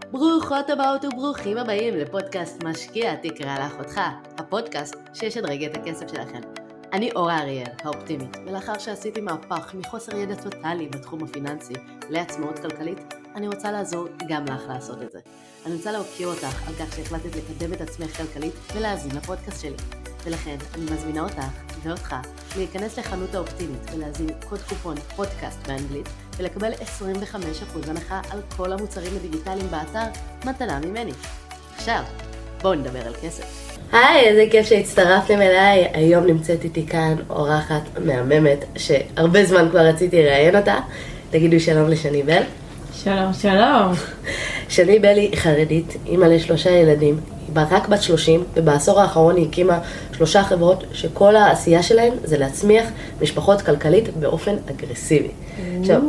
ברוכות הבאות וברוכים הבאים לפודקאסט משקיע תקרא לאחותך, הפודקאסט שישדרג את הכסף שלכם. אני אורה אריאל, האופטימית, ולאחר שעשיתי מהפך מחוסר ידע טוטלי בתחום הפיננסי לעצמאות כלכלית, אני רוצה לעזור גם לך לעשות את זה. אני רוצה להוקיר אותך על כך שהחלטת לקדם את עצמך כלכלית ולהאזין לפודקאסט שלי. ולכן אני מזמינה אותך ואותך להיכנס לחנות האופטימית ולהזין קוד קופון פודקאסט באנגלית ולקבל 25% הנחה על כל המוצרים הדיגיטליים באתר מתנה ממני. עכשיו, בואו נדבר על כסף. היי, איזה כיף שהצטרפתם אליי. היום נמצאת איתי כאן אורחת מהממת שהרבה זמן כבר רציתי לראיין אותה. תגידו שלום לשני בל. שלום, שלום. שני בל היא חרדית, אימא ל3 ילדים. היא רק בת 30, ובעשור האחרון היא הקימה 3 חברות שכל העשייה שלהן זה להצמיח משפחות כלכלית באופן אגרסיבי. עכשיו,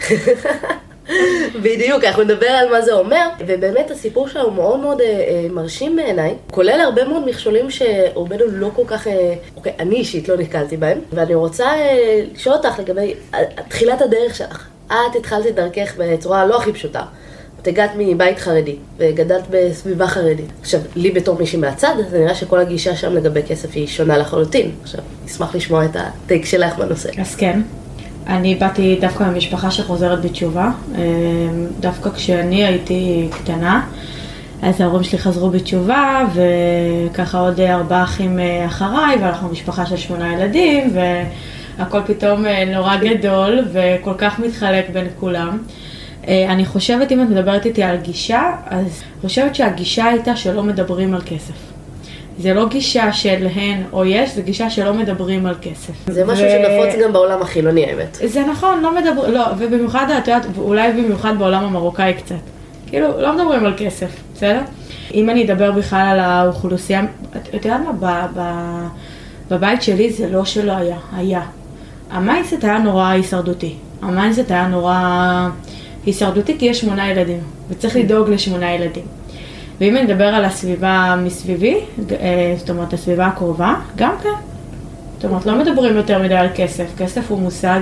בדיוק, אנחנו נדבר על מה זה אומר, ובאמת הסיפור שלה הוא מאוד מאוד מרשים בעיניי, כולל הרבה מאוד מכשולים שרובנו לא כל כך, אני אישית לא נתקלתי בהם, ואני רוצה לשאול אותך לגבי תחילת הדרך שלך. את התחלת את דרכך בצורה לא הכי פשוטה. את הגעת מבית חרדי, וגדלת בסביבה חרדית. עכשיו, לי בתור מישהי מהצד, זה נראה שכל הגישה שם לגבי כסף היא שונה לחלוטין. עכשיו, נשמח לשמוע את הטייק שלך בנושא. אז כן, אני באתי דווקא ממשפחה שחוזרת בתשובה. דווקא כשאני הייתי קטנה, אז ההורים שלי חזרו בתשובה, וככה עוד 4 אחים אחריי, ואנחנו משפחה של 8 ילדים, והכל פתאום נורא גדול, וכל כך מתחלק בין כולם. אני חושבת, אם את מדברת איתי על גישה, אז אני חושבת שהגישה הייתה שלא מדברים על כסף. זה לא גישה של הן או יש, זה גישה שלא מדברים על כסף. זה משהו שנפוץ גם בעולם החילוני, האמת. זה נכון, לא מדברים, לא, ובמיוחד, את יודעת, אולי במיוחד בעולם המרוקאי קצת. כאילו, לא מדברים על כסף, בסדר? אם אני אדבר בכלל על האוכלוסייה, את יודעת מה, בבית שלי זה לא שלא היה. המיינדסט היה נורא הישרדותי. המיינדסט היה נורא הישרדותי, כי יש 8 ילדים, וצריך לדאוג ל8 ילדים. ואם אני אדבר על הסביבה מסביבי, זאת אומרת, הסביבה הקרובה, גם כן. זאת אומרת, לא מדברים יותר מדי על כסף. כסף הוא מושג,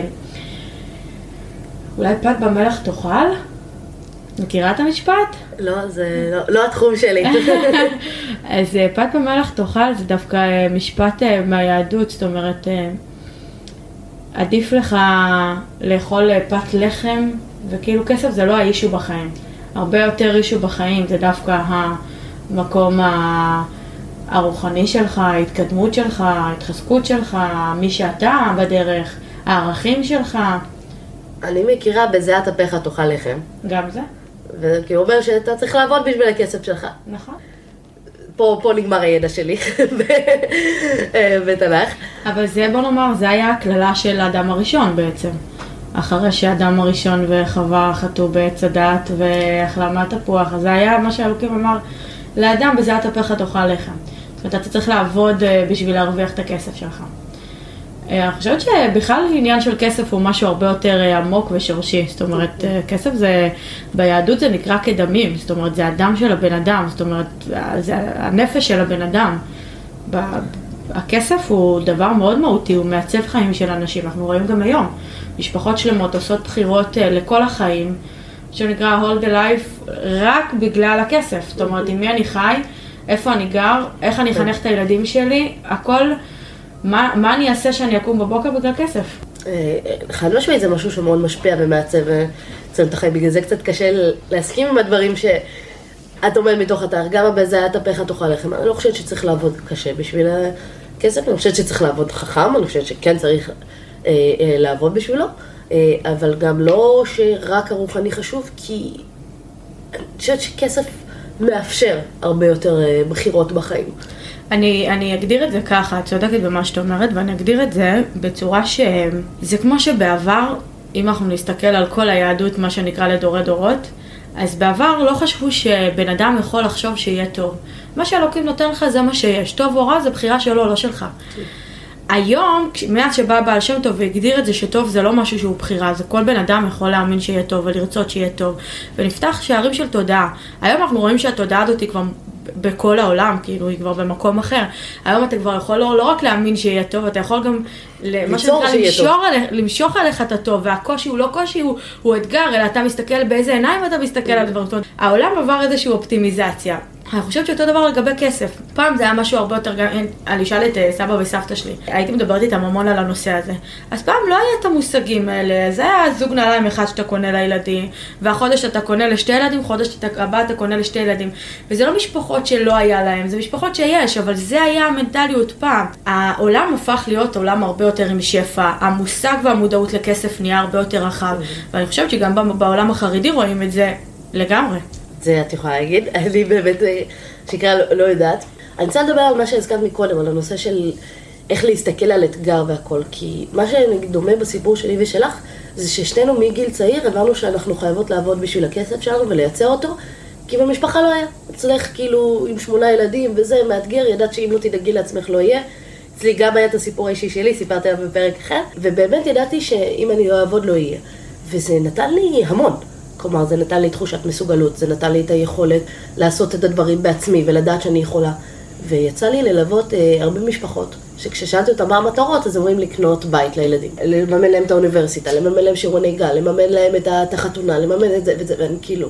אולי פת במלח תאכל? מכירה את המשפט? לא, זה לא התחום שלי. אז פת במלח תאכל זה דווקא משפט מהיהדות, זאת אומרת, עדיף לך לאכול פת לחם, וכאילו כסף זה לא האישו בחיים. הרבה יותר אישו בחיים זה דווקא המקום הרוחני שלך, ההתקדמות שלך, ההתחזקות שלך, מי שאתה בדרך, הערכים שלך. אני מכירה בזיעת אפיך תאכל לחם. גם זה. וזה כאילו אומר שאתה צריך לעבוד בשביל הכסף שלך. נכון. פה נגמר הידע שלי בתנ"ך. אבל זה, בוא נאמר, זה היה הכללה של האדם הראשון בעצם. אחרי שהאדם הראשון וחווה חטאו בעץ הדעת ואכלה מהתפוח, אז זה היה מה שאלוקים אמר לאדם, בזיעת אפיך תאכל לחם. זאת אומרת, אתה צריך לעבוד בשביל להרוויח את הכסף שלך. אני חושבת שבכלל עניין של כסף הוא משהו הרבה יותר עמוק ושורשי. זאת אומרת, כסף זה, ביהדות זה נקרא כדמים, זאת אומרת, זה הדם של הבן אדם, זאת אומרת, זה הנפש של הבן אדם. הכסף הוא דבר מאוד מהותי, הוא מעצב חיים של אנשים, אנחנו רואים גם היום. משפחות שלמות עושות בחירות לכל החיים, שנקרא hold the life, רק בגלל הכסף. זאת אומרת, עם מי אני חי, איפה אני גר, איך אני אחנך את הילדים שלי, הכל, מה אני אעשה שאני אקום בבוקר בגלל כסף? חד משמעית זה משהו שמאוד משפיע ומעצב את החיים, בגלל זה קצת קשה להסכים עם הדברים שאת אומרת מתוך אתר, גם בזיעת אפיך תאכל לחם. אני לא חושבת שצריך לעבוד קשה בשביל הכסף, אני חושבת שצריך לעבוד חכם, אני חושבת שכן צריך לעבוד בשבילו, אבל גם לא שרק הרוחני חשוב, כי אני חושבת שכסף מאפשר הרבה יותר בחירות בחיים. אני אגדיר את זה ככה, את צודקת במה שאת אומרת, ואני אגדיר את זה בצורה שזה כמו שבעבר, אם אנחנו נסתכל על כל היהדות, מה שנקרא לדורי דורות, אז בעבר לא חשבו שבן אדם יכול לחשוב שיהיה טוב. מה שאלוקים נותן לך זה מה שיש. טוב או רע זה בחירה שלו, לא שלך. היום, מאז שבא בעל שם טוב והגדיר את זה שטוב זה לא משהו שהוא בחירה, זה כל בן אדם יכול להאמין שיהיה טוב ולרצות שיהיה טוב, ונפתח שערים של תודעה. היום אנחנו רואים שהתודעה הזאת היא כבר בכל העולם, כאילו היא כבר במקום אחר. היום אתה כבר יכול לא רק להאמין שיהיה טוב, אתה יכול גם מה שנקרא למשוך עליך את הטוב, והקושי הוא לא קושי, הוא אתגר, אלא אתה מסתכל באיזה עיניים אתה מסתכל על דברים. העולם עבר איזושהי אופטימיזציה. אני חושבת שאותו דבר לגבי כסף. פעם זה היה משהו הרבה יותר, אני אשאל את סבא וסבתא שלי. הייתי מדברת איתם המון על הנושא הזה. אז פעם לא היה את המושגים האלה. זה היה זוג נעליים אחד שאתה קונה לילדים, והחודש אתה קונה לשתי ילדים, חודש הבא אתה קונה לשתי ילדים. וזה לא משפחות שלא היה להם, זה משפחות שיש, אבל זה היה המנטליות פעם. העולם הפך להיות עולם הרבה יותר עם שפע. המושג והמודעות לכסף נהיה הרבה יותר רחב. ואני חושבת שגם בעולם החרדי רואים את זה לגמרי. זה את יכולה להגיד, אני באמת שקרה לא יודעת. אני רוצה לדבר על מה שהזכרת מקודם, על הנושא של איך להסתכל על אתגר והכל, כי מה שדומה בסיפור שלי ושלך, זה ששתינו מגיל צעיר הבנו שאנחנו חייבות לעבוד בשביל הכסף שלנו ולייצר אותו, כי במשפחה לא היה. אצלך כאילו עם 8 ילדים וזה מאתגר, ידעת שאם לא תדאגי לעצמך לא יהיה. אצלי גם היה את הסיפור האישי שלי, סיפרתי עליו בפרק אחר, ובאמת ידעתי שאם אני לא אעבוד לא יהיה. וזה נתן לי המון. כלומר, זה נתן לי תחושת מסוגלות, זה נתן לי את היכולת לעשות את הדברים בעצמי ולדעת שאני יכולה. ויצא לי ללוות הרבה משפחות, שכששאלתי אותם מה המטרות, אז אומרים לקנות בית לילדים, לממן להם את האוניברסיטה, לממן להם שיעורי נהיגה, לממן להם את החתונה, לממן את זה וזה, ואני כאילו...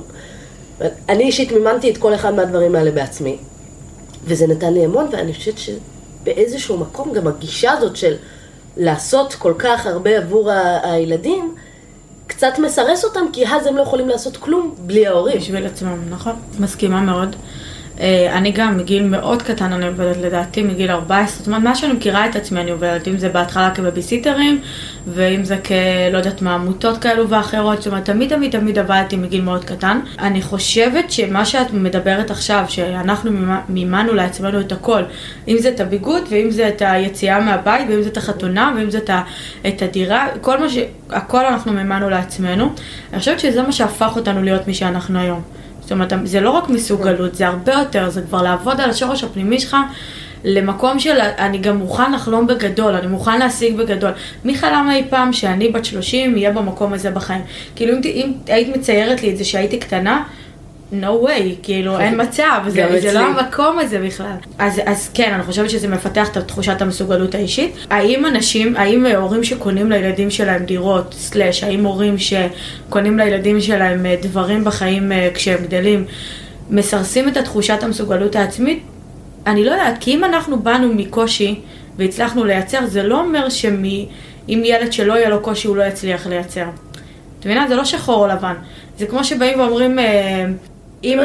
אני אישית מימנתי את כל אחד מהדברים האלה בעצמי, וזה נתן לי המון, ואני חושבת שבאיזשהו מקום גם הגישה הזאת של לעשות כל כך הרבה עבור הילדים, קצת מסרס אותם, כי אז הם לא יכולים לעשות כלום בלי ההורים. בשביל עצמם, נכון? מסכימה מאוד. אני גם מגיל מאוד קטן אני עובדת לדעתי, מגיל 14, זאת אומרת, מה שאני מכירה את עצמי אני עובדת, אם זה בהתחלה כבביסיטרים, ואם זה לא יודעת מה, עמותות כאלו ואחרות, זאת אומרת, תמיד עבדתי מגיל מאוד קטן. אני חושבת שמה שאת מדברת עכשיו, שאנחנו מימנו לעצמנו את הכל, אם זה את הביגוד, ואם זה את היציאה מהבית, ואם זה את החתונה, ואם זה את הדירה, הכל אנחנו מימנו לעצמנו. אני חושבת שזה מה שהפך אותנו להיות מי שאנחנו היום. זאת אומרת, זה לא רק מסוגלות, זה הרבה יותר, זה כבר לעבוד על השורש הפנימי שלך, למקום של, אני גם מוכן לחלום בגדול, אני מוכן להשיג בגדול. מי חלם אי פעם שאני בת 30 יהיה במקום הזה בחיים? כאילו, אם היית מציירת לי את זה שהייתי קטנה, no way, כאילו, אין מצב, זה לא המקום הזה בכלל. אז כן, אני חושבת שזה מפתח את תחושת המסוגלות האישית. האם הורים שקונים לילדים שלהם דירות, סלש, האם הורים שקונים לילדים שלהם דברים בחיים כשהם גדלים, מסרסים את תחושת המסוגלות העצמית? אני לא יודעת, כי אם אנחנו באנו מקושי והצלחנו לייצר, זה לא אומר שאם ילד שלא יהיה לו קושי, הוא לא יצליח לייצר. את מבינה? זה לא שחור או לבן. זה כמו שבאים ואומרים... אם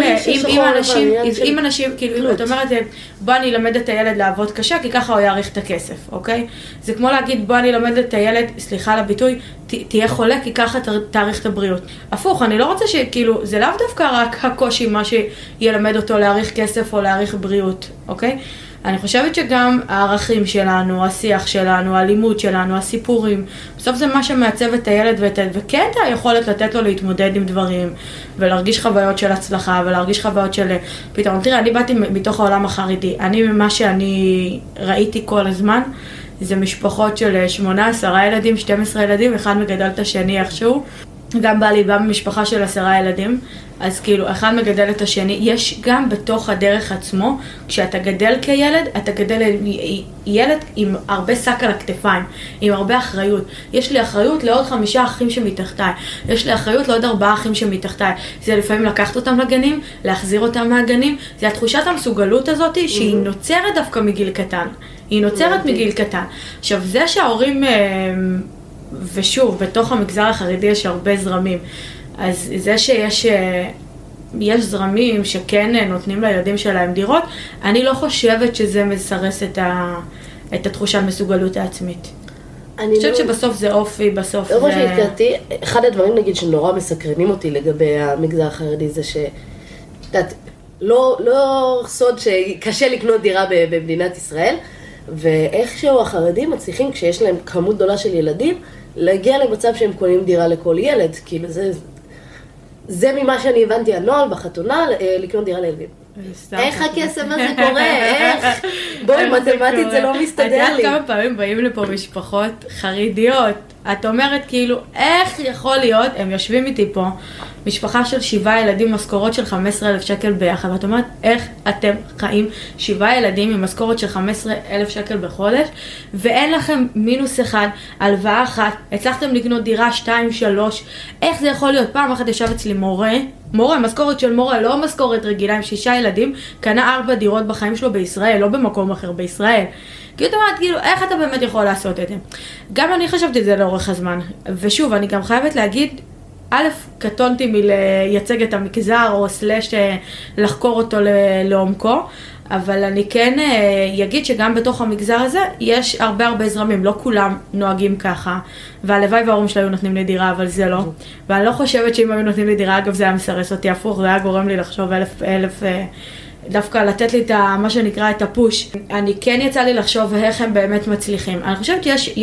אנשים, כאילו, את אומרת, בוא אני אלמד את הילד לעבוד קשה, כי ככה הוא יעריך את הכסף, אוקיי? זה כמו להגיד, בוא אני אלמד את הילד, סליחה על הביטוי, תהיה חולה, כי ככה תעריך את הבריאות. הפוך, אני לא רוצה שכאילו, זה לאו דווקא רק הקושי, מה שילמד אותו להעריך כסף או להעריך בריאות, אוקיי? אני חושבת שגם הערכים שלנו, השיח שלנו, הלימוד שלנו, הסיפורים, בסוף זה מה שמעצב את הילד וכן את היכולת לתת לו להתמודד עם דברים, ולהרגיש חוויות של הצלחה, ולהרגיש חוויות של פתרון. תראה, אני באתי מתוך העולם החרדי. ממה שאני ראיתי כל הזמן, זה משפחות של 8, 10 ילדים, 12 ילדים, אחד מגדל את השני איכשהו. גם בעלי בא במשפחה של 10 ילדים, אז כאילו, אחד מגדל את השני. יש גם בתוך הדרך עצמו, כשאתה גדל כילד, אתה גדל ילד עם הרבה שק על הכתפיים, עם הרבה אחריות. יש לי אחריות לעוד 5 אחים שמתחתיי, יש לי אחריות לעוד 4 אחים שמתחתיי. זה לפעמים לקחת אותם לגנים, להחזיר אותם מהגנים. זה התחושת המסוגלות הזאת שהיא נוצרת דווקא מגיל קטן. היא נוצרת מגיל קטן. עכשיו, זה שההורים... ושוב, בתוך המגזר החרדי יש הרבה זרמים. אז זה שיש זרמים שכן נותנים לילדים שלהם דירות, אני לא חושבת שזה מסרס את התחושת מסוגלות העצמית. אני חושבת שבסוף זה אופי, בסוף זה... לא שהתקעתי, אחד הדברים נגיד שנורא מסקרנים אותי לגבי המגזר החרדי זה לא סוד שקשה לקנות דירה במדינת ישראל, ואיכשהו החרדים מצליחים כשיש להם כמות גדולה של ילדים, להגיע למצב שהם קונים דירה לכל ילד, כאילו זה ממה שאני הבנתי הנוהל בחתונה, לקנות דירה לילדים. איך הקסם הזה קורה? איך? בואי, מתמטית זה לא מסתדר לי. את יודעת כמה פעמים באים לפה משפחות חרדיות, את אומרת כאילו, איך יכול להיות, הם יושבים איתי פה, משפחה של 7 ילדים, משכורות של 15,000 שקל ביחד, ואת אומרת, איך אתם חיים 7 ילדים עם משכורת של 15,000 שקל בחודש, ואין לכם מינוס אחד, הלוואה אחת, הצלחתם לקנות דירה 2, 3, איך זה יכול להיות? פעם אחת ישב אצלי מורה, משכורת של מורה, לא משכורת רגילה עם 6 ילדים, קנה 4 דירות בחיים שלו בישראל, לא במקום אחר, בישראל. כאילו, איך אתה באמת יכול לעשות את זה? גם אני חשבתי את זה לאורך הזמן, ושוב, אני גם חייבת להגיד, א', קטונתי מלייצג את המגזר, או סלש לחקור אותו לעומקו, אבל אני כן אגיד שגם בתוך המגזר הזה יש הרבה זרמים, לא כולם נוהגים ככה, והלוואי וההורים שלי היו נותנים לי דירה, אבל זה לא. ואני לא חושבת שאם היו נותנים לי דירה, אגב זה היה מסרס אותי הפוך, זה היה גורם לי לחשוב אלף דווקא לתת לי את מה שנקרא את הפוש. אני כן יצא לי לחשוב איך הם באמת מצליחים. אני חושבת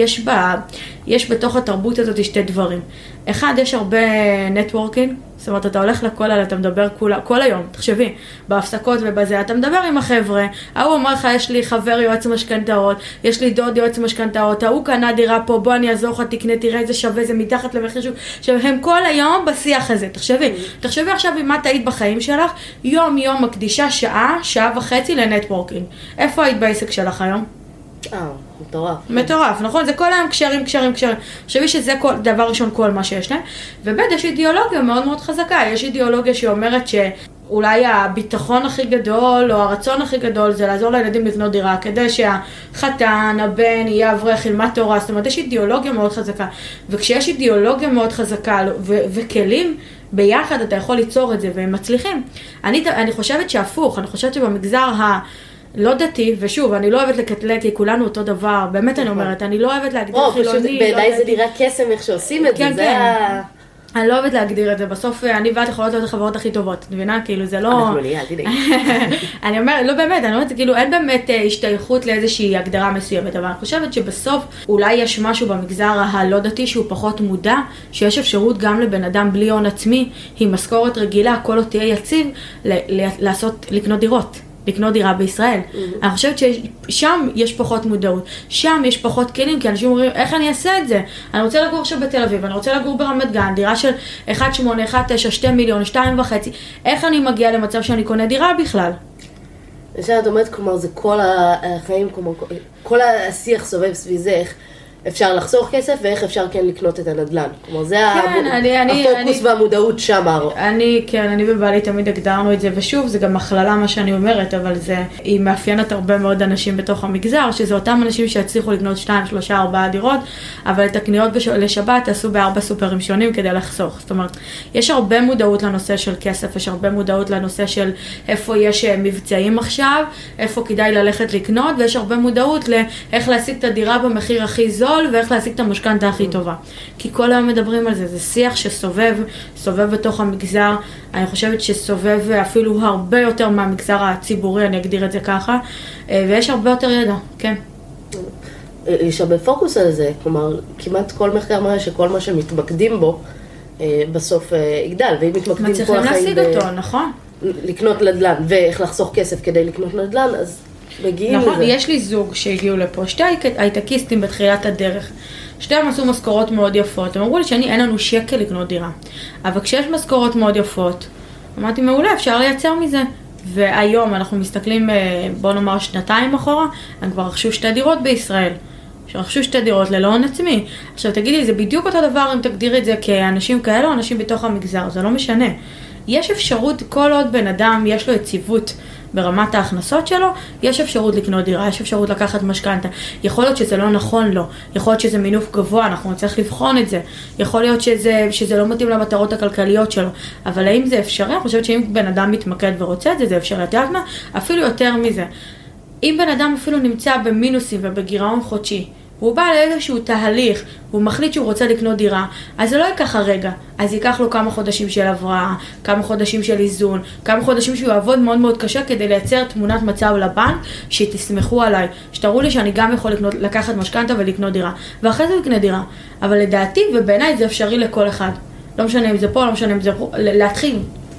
שיש בתוך התרבות הזאת שתי דברים. אחד, יש הרבה נטוורקינג, זאת אומרת, אתה הולך לכולל, אתה מדבר כל היום, תחשבי, בהפסקות ובזה, אתה מדבר עם החבר'ה, ההוא אומר לך, יש לי חבר יועץ משכנתאות, יש לי דוד יועץ משכנתאות, ההוא קנה דירה פה, בוא אני אעזור לך, תקנה, תראה איזה שווה, זה מתחת למחיר שוק, שהם כל היום בשיח הזה, תחשבי עכשיו אם את היית בחיים שלך, יום מקדישה שעה וחצי לנטוורקינג. איפה היית בעסק שלך היום? מטורף, נכון? זה כל היום קשרים. חושבי שזה דבר ראשון כל מה שיש להם. וב' יש אידיאולוגיה מאוד מאוד חזקה. יש אידיאולוגיה שאומרת שאולי הביטחון הכי גדול או הרצון הכי גדול זה לעזור לילדים לקנות דירה, כדי שהחתן, הבן, יהיה אברך, ילמד תורה. זאת אומרת, יש אידיאולוגיה מאוד חזקה. וכשיש אידיאולוגיה מאוד חזקה וכלים, ביחד אתה יכול ליצור את זה והם מצליחים. אני חושבת שהפוך, אני חושבת שבמגזר לא דתי, ושוב, אני לא אוהבת לקטלג, כי כולנו אותו דבר, באמת אני אומרת, אני לא אוהבת להגדיר חילוני. בעיניי זה נראה קסם איך שעושים את זה, זה אני לא אוהבת להגדיר את זה, בסוף אני ואת יכולות להיות החברות הכי טובות, את מבינה? כאילו זה לא... אנחנו נהיה, אל תדאגי. אני אומרת, לא באמת, אני אומרת, כאילו אין באמת השתייכות לאיזושהי הגדרה מסוימת, אבל אני חושבת שבסוף אולי יש משהו במגזר הלא דתי שהוא פחות מודע, שיש אפשרות גם לבן אדם בלי הון עצמי, עם משכורת רגילה, כל עוד תהיה יציב, לקנות דירות. לקנות דירה בישראל. אני חושבת ששם יש פחות מודעות, שם יש פחות כלים, כי אנשים אומרים, איך אני אעשה את זה? אני רוצה לגור עכשיו בתל אביב, אני רוצה לגור ברמת גן, דירה של 1.8, 1.9, 2 מיליון, 2.5, איך אני מגיעה למצב שאני קונה דירה בכלל? את אומרת, כלומר, זה כל החיים, כל השיח סובב סביב זה, איך אפשר לחסוך כסף ואיך אפשר כן לקנות את הנדל"ן. כלומר, זה הפוקוס והמודעות שם. אני ובעלי תמיד הגדרנו את זה, ושוב, זה גם הכללה מה שאני אומרת, אבל היא מאפיינת הרבה מאוד אנשים בתוך המגזר, שזה אותם אנשים שהצליחו לקנות 2, 3, 4 דירות, אבל את הקניות לשבת עשו ב4 סופרים שונים כדי לחסוך. זאת אומרת, יש הרבה מודעות לנושא של כסף, יש הרבה מודעות לנושא של איפה יש מבצעים עכשיו, איפה כדאי ללכת לקנות, ויש הרבה מודעות לאיך להשיג את הדירה במחיר הכי זול, ואיך להשיג את המשכנתא הכי טובה. כי כל היום מדברים על זה, זה שיח שסובב בתוך המגזר, אני חושבת שסובב אפילו הרבה יותר מהמגזר הציבורי, אני אגדיר את זה ככה, ויש הרבה יותר ידע, כן. יש הרבה פוקוס על זה, כלומר, כמעט כל מחקר מראה שכל מה שמתמקדים בו, בסוף יגדל, ואם מתמקדים כל החיים מצליחים להשיג אותו, נכון. לקנות נדל"ן, ואיך לחסוך כסף כדי לקנות נדל"ן, אז מגיעים לזה. נכון, יש לי זוג שהגיעו לפה, 2 הייטקיסטים בתחילת הדרך. 2 עשו משכורות מאוד יפות. הם אמרו לי אין לנו שקל לקנות דירה. אבל כשיש משכורות מאוד יפות, אמרתי, מעולה, אפשר לייצר מזה. והיום אנחנו מסתכלים, בוא נאמר 2 אחורה, הם כבר רכשו 2 דירות בישראל. שרכשו 2 דירות ללא הון עצמי. עכשיו תגידי, זה בדיוק אותו דבר אם תגדיר את זה כאנשים כאלה או אנשים בתוך המגזר, זה לא משנה. יש אפשרות, כל עוד בן אדם יש לו יציבות ברמת ההכנסות שלו, יש אפשרות לקנות דירה, יש אפשרות לקחת משכנתא. יכול להיות שזה לא נכון לו, יכול להיות שזה מינוף גבוה, אנחנו נצטרך לבחון את זה. יכול להיות שזה לא מתאים למטרות הכלכליות שלו. אבל האם זה אפשרי? אני חושבת שאם בן אדם מתמקד ורוצה את זה, זה אפשרי. את יודעת מה? אפילו יותר מזה. אם בן אדם אפילו נמצא במינוסים ובגירעון חודשי, הוא בא לאיזשהו תהליך, הוא מחליט שהוא רוצה לקנות דירה, אז זה לא ייקח הרגע, אז ייקח לו כמה חודשים של הבראה, כמה חודשים של איזון, כמה חודשים שהוא יעבוד מאוד מאוד קשה כדי לייצר תמונת מצב לבנק, שתסמכו עליי, שתראו לי שאני גם יכול לקחת משכנתא ולקנות דירה, ואחרי זה הוא יקנה דירה, אבל ובעיניי זה אפשרי לכל אחד, לא משנה אם זה פה, לא משנה אם זה פה, להתחיל.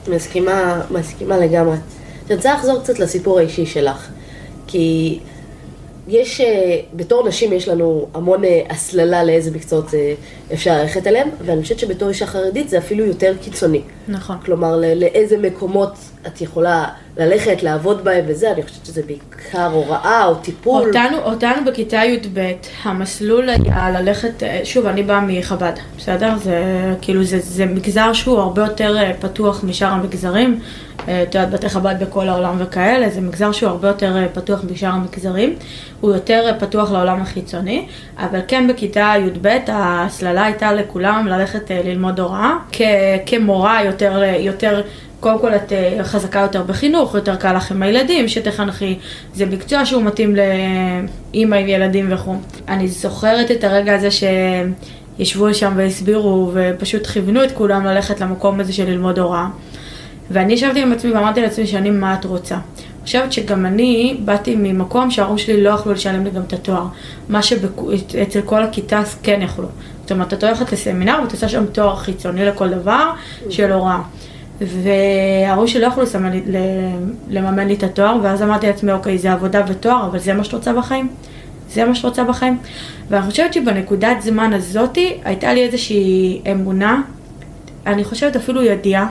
מסכימה לגמרי. אני רוצה לחזור קצת לסיפור האישי שלך, כי יש, בתור נשים יש לנו המון הסללה לאיזה מקצועות אפשר ללכת עליהם, ואני חושבת שבתור אישה חרדית זה אפילו יותר קיצוני. נכון. כלומר, לאיזה מקומות את יכולה ללכת, לעבוד בהם וזה, אני חושבת שזה בעיקר הוראה או טיפול. אותנו בכיתה י"ב, המסלול היה ללכת, שוב, אני באה מחב"ד, בסדר? זה כאילו, זה מגזר שהוא הרבה יותר פתוח משאר המגזרים, את יודעת, בתי חב"ד בכל העולם וכאלה, זה מגזר שהוא הרבה יותר פתוח משאר המגזרים, הוא יותר פתוח לעולם החיצוני, אבל כן בכיתה י"ב ההסללה הייתה לכולם ללכת ללמוד הוראה, כמורה יותר קודם כל את חזקה יותר בחינוך, יותר קל לך עם הילדים, שתחנכי, זה מקצוע שהוא מתאים לאמא עם ילדים וכו'. אני זוכרת את הרגע הזה שישבו שם והסבירו ופשוט כיוונו את כולם ללכת למקום הזה של ללמוד הוראה. ואני ישבתי עם עצמי ואמרתי לעצמי שאני מה את רוצה. אני חושבת שגם אני באתי ממקום שההורים שלי לא יכלו לשלם לי גם את התואר. מה שאצל כל הכיתה כן יכלו. זאת אומרת, את הולכת לסמינר ואת עושה שם תואר חיצוני לכל דבר של הוראה. וההורים שלי לא יכלו לממן לי את התואר, ואז אמרתי לעצמי, אוקיי, זה עבודה ותואר, אבל זה מה שאת רוצה בחיים? זה מה שאת רוצה בחיים? ואני חושבת שבנקודת זמן הזאת הייתה לי איזושהי אמונה, אני חושבת אפילו ידיעה,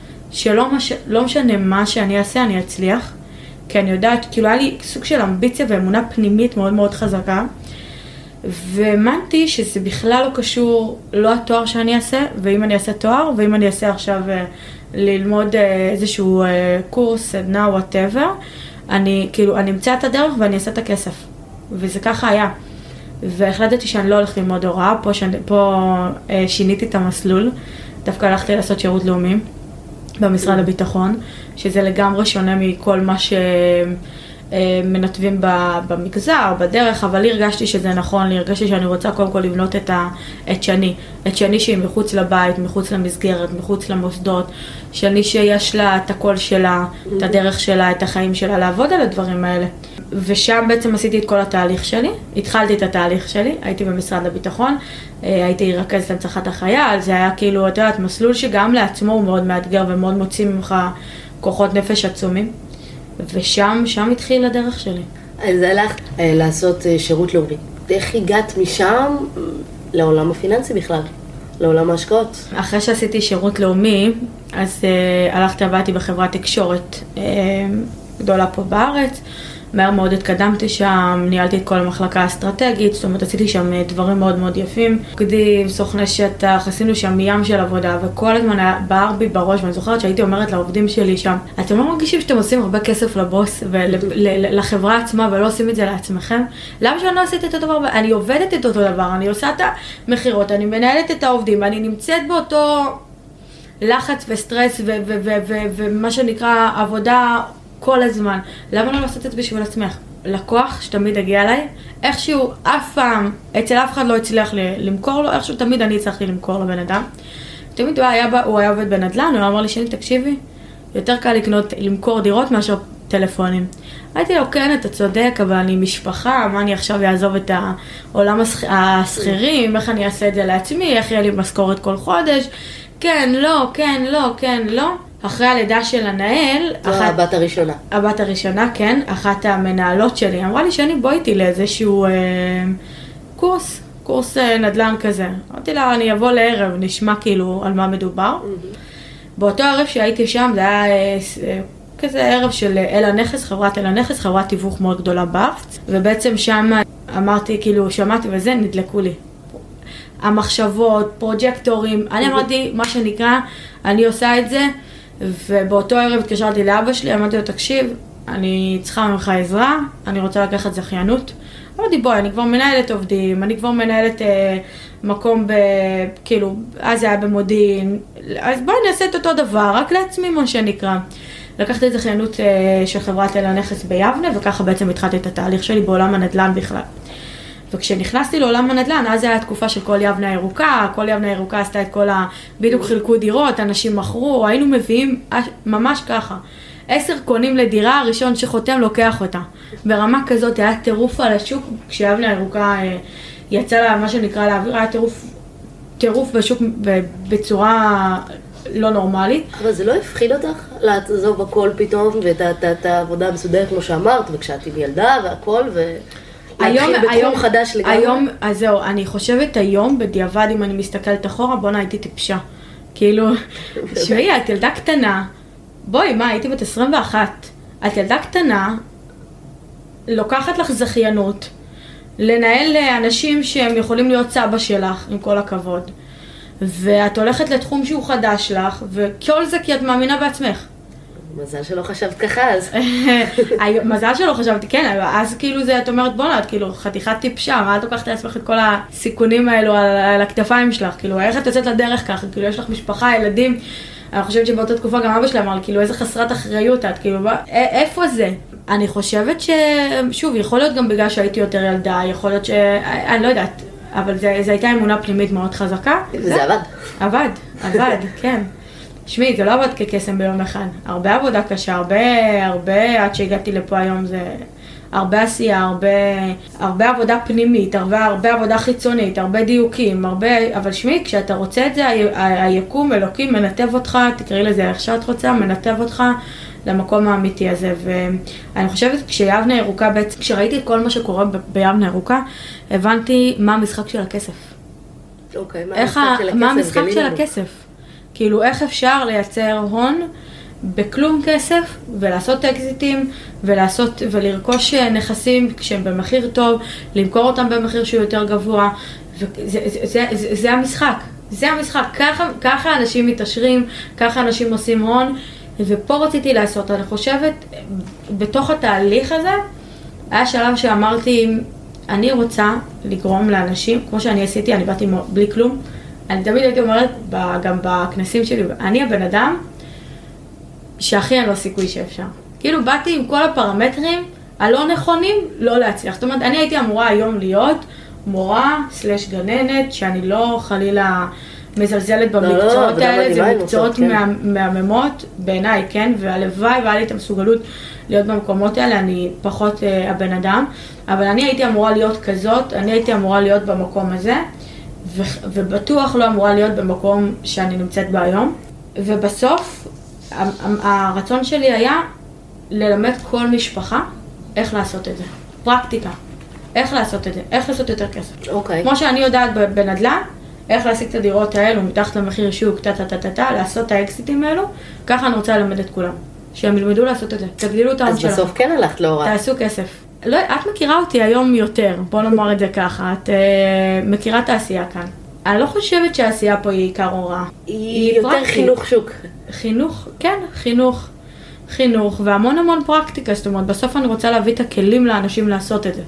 שלא משנה מה שאני אעשה, אני אצליח, כי אני יודעת, כאילו היה לי סוג של אמביציה ואמונה פנימית מאוד מאוד חזקה, והאמנתי שזה בכלל לא קשור, לא התואר שאני אעשה, ואם אני אעשה תואר, ואם אני אעשה עכשיו ללמוד איזשהו קורס, סדנה, whatever, אני אמצא את הדרך ואני אעשה את הכסף. וזה ככה היה. והחלטתי שאני לא הולכת ללמוד הוראה, פה שיניתי את המסלול, דווקא הלכתי לעשות שירות לאומי במשרד הביטחון, שזה לגמרי שונה מכל מה מנתבים במגזר, בדרך, אבל לי הרגשתי שזה נכון, לי הרגשתי שאני רוצה קודם כל לבנות את שני שהיא מחוץ לבית, מחוץ למסגרת, מחוץ למוסדות, שני שיש לה את הקול שלה, את הדרך שלה, את החיים שלה, לעבוד על הדברים האלה. ושם בעצם עשיתי את כל התהליך שלי, התחלתי את התהליך שלי, הייתי במשרד הביטחון, הייתי רכזת הנצחת החייל, זה היה כאילו, את יודעת, מסלול שגם לעצמו הוא מאוד מאתגר ומאוד מוציא ממך כוחות נפש עצומים. ושם התחיל הדרך שלי. אז הלכת לעשות שירות לאומי. איך הגעת משם לעולם הפיננסי בכלל? לעולם ההשקעות? אחרי שעשיתי שירות לאומי, אז הלכתי עבדתי בחברת תקשורת גדולה פה בארץ. מהר מאוד התקדמתי שם, ניהלתי את כל המחלקה האסטרטגית, זאת אומרת עשיתי שם דברים מאוד מאוד יפים. קדים, סוכני שטח, עשינו שם ים של עבודה, וכל הזמן היה בער בי בראש, ואני זוכרת שהייתי אומרת לעובדים שלי שם, אתם לא מרגישים שאתם עושים הרבה כסף לבוס ולחברה עצמה ולא עושים את זה לעצמכם? למה שאני לא עשיתי את אותו דבר? אני עובדת את אותו דבר, אני עושה את המחירות, אני מנהלת את העובדים, אני נמצאת באותו לחץ וסטרס ומה שנקרא עבודה כל הזמן. למה לא לעשות את זה בשביל עצמך? לקוח שתמיד הגיע אליי, איכשהו אף פעם, אצל אף אחד לא הצליח למכור לו, איכשהו תמיד אני הצלחתי למכור לבן אדם. תמיד הוא היה עובד בנדל"ן, הוא אמר לי שני, תקשיבי, יותר קל למכור דירות מאשר טלפונים. הייתי לו, כן, אתה צודק, אבל אני משפחה, מה אני עכשיו אעזוב את העולם השכירים, איך אני אעשה את זה לעצמי, איך יהיה לי משכורת כל חודש, כן, לא, כן, לא, כן, לא. אחרי הלידה של הנהל, הבת הראשונה. הבת הראשונה, כן, אחת המנהלות שלי, אמרה לי שאני בואי איתי לאיזשהו קורס נדל"ן כזה. אמרתי לה, אני אבוא לערב, נשמע כאילו על מה מדובר. באותו ערב שהייתי שם, זה היה כזה ערב של אל הנכס, חברת אל הנכס, חברת תיווך מאוד גדולה בארץ, ובעצם שם אמרתי, כאילו, שמעתי וזה, נדלקו לי. המחשבות, פרוג'קטורים, אני אמרתי, מה שנקרא, אני עושה את זה, ובאותו ערב התקשרתי לאבא שלי, אמרתי לו, תקשיב, אני צריכה ממך עזרה, אני רוצה לקחת זכיינות. אמרתי, בואי, אני כבר מנהלת עובדים, אני כבר מנהלת מקום כאילו, אז זה היה במודיעין, אז בואי נעשה את אותו דבר, רק לעצמי מה שנקרא. לקחתי את זכיינות של חברת אל הנכס ביבנה, וככה בעצם התחלתי את התהליך שלי בעולם הנדל"ן בכלל. וכשנכנסתי לעולם הנדל"ן, אז היה התקופה של כל יבנה הירוקה, כל יבנה הירוקה עשתה את כל בדיוק חילקו דירות, אנשים מכרו, היינו מביאים ממש ככה. 10 קונים לדירה, הראשון שחותם לוקח אותה. ברמה כזאת היה טירוף על השוק, כשיבנה הירוקה יצא לה מה שנקרא לאוויר, היה טירוף בשוק בצורה לא נורמלית. אבל זה לא הפחיד אותך לעזוב הכל פתאום, ואת העבודה המסודרת כמו שאמרת, וכשאת עם ילדה והכל, להתחיל בתחום חדש לגמרי. אז זהו, אני חושבת היום, בדיעבד אם אני מסתכלת אחורה, בונה הייתי טיפשה. כאילו, שווי, את ילדה קטנה, בואי, מה, הייתי בת 21, את ילדה קטנה, לוקחת לך זכיינות, לנהל אנשים שהם יכולים להיות סבא שלך, עם כל הכבוד, ואת הולכת לתחום שהוא חדש לך, וכל זה כי את מאמינה בעצמך. מזל שלא חשבת ככה אז. מזל שלא חשבתי, כן, אז כאילו זה, את אומרת, בוא נה, את כאילו חתיכת טיפשה, מה את לוקחת לעצמך את כל הסיכונים האלו על הכתפיים שלך, כאילו, איך את יוצאת לדרך ככה, כאילו, יש לך משפחה, ילדים, אני חושבת שבאותה תקופה גם אבא שלה אמר, כאילו, איזה חסרת אחריות את, כאילו, איפה זה? אני חושבת שוב, יכול להיות גם בגלל שהייתי יותר ילדה, יכול להיות אני לא יודעת, אבל זו הייתה אמונה פנימית מאוד חזקה. זה עבד. עבד, כן. שמי, זה לא עבד כקסם ביום אחד. הרבה עבודה קשה, הרבה, עד שהגעתי לפה היום זה הרבה עשייה, הרבה עבודה פנימית, הרבה עבודה חיצונית, הרבה דיוקים, אבל שמי, כשאתה רוצה את זה, היקום, אלוקים, מנתב אותך, תקראי לזה איך שאת רוצה, מנתב אותך למקום האמיתי הזה. ואני חושבת, כשיבנה ירוקה, בעצם, כשראיתי את כל מה שקורה ביבנה ירוקה, הבנתי מה המשחק של הכסף. אוקיי, מה המשחק של הכסף? כאילו, איך אפשר לייצר הון בכלום כסף, ולעשות אקזיטים, ולרכוש נכסים כשהם במחיר טוב, למכור אותם במחיר שהוא יותר גבוה, זה המשחק. זה המשחק. ככה אנשים מתעשרים, ככה אנשים עושים הון, ופה רציתי לעשות. אני חושבת, בתוך התהליך הזה, היה שלב שאמרתי, אני רוצה לגרום לאנשים, כמו שאני עשיתי, אני באתי בלי כלום, אני תמיד הייתי אומרת, גם בכנסים שלי, אני הבן אדם שהכי אין לו סיכוי שאפשר. כאילו באתי עם כל הפרמטרים הלא נכונים, לא להצליח. זאת אומרת, אני הייתי אמורה היום להיות מורה/גננת, שאני לא חלילה מזלזלת במקצועות האלה, זה מקצועות מהממות בעיניי, כן? והלוואי והיה לי את המסוגלות להיות במקומות האלה, אני פחות הבן אדם, אבל אני הייתי אמורה להיות כזאת, אני הייתי אמורה להיות במקום הזה, ובטוח לא אמורה להיות במקום שאני נמצאת בה היום. ובסוף, הרצון שלי היה ללמד כל משפחה איך לעשות את זה. פרקטיקה. איך לעשות את זה. איך לעשות יותר כסף. אוקיי. כמו שאני יודעת בנדל"ן, איך להשיג את הדירות האלו מתחת למחיר שוק, לעשות את האקסיטים האלו, ככה אני רוצה ללמד את כולם. שהם ילמדו לעשות את זה. תגדילו את ההון שלנו. אז בסוף כן הלכת להוראה. תעשו כסף. לא, את מכירה אותי היום יותר, בוא נאמר את זה ככה, את מכירה את העשייה כאן. אני לא חושבת שהעשייה פה היא עיקר הוראה. היא יותר חינוך שוק. חינוך, כן, חינוך, והמון פרקטיקה, זאת אומרת, בסוף אני רוצה להביא את הכלים לאנשים לעשות את זה.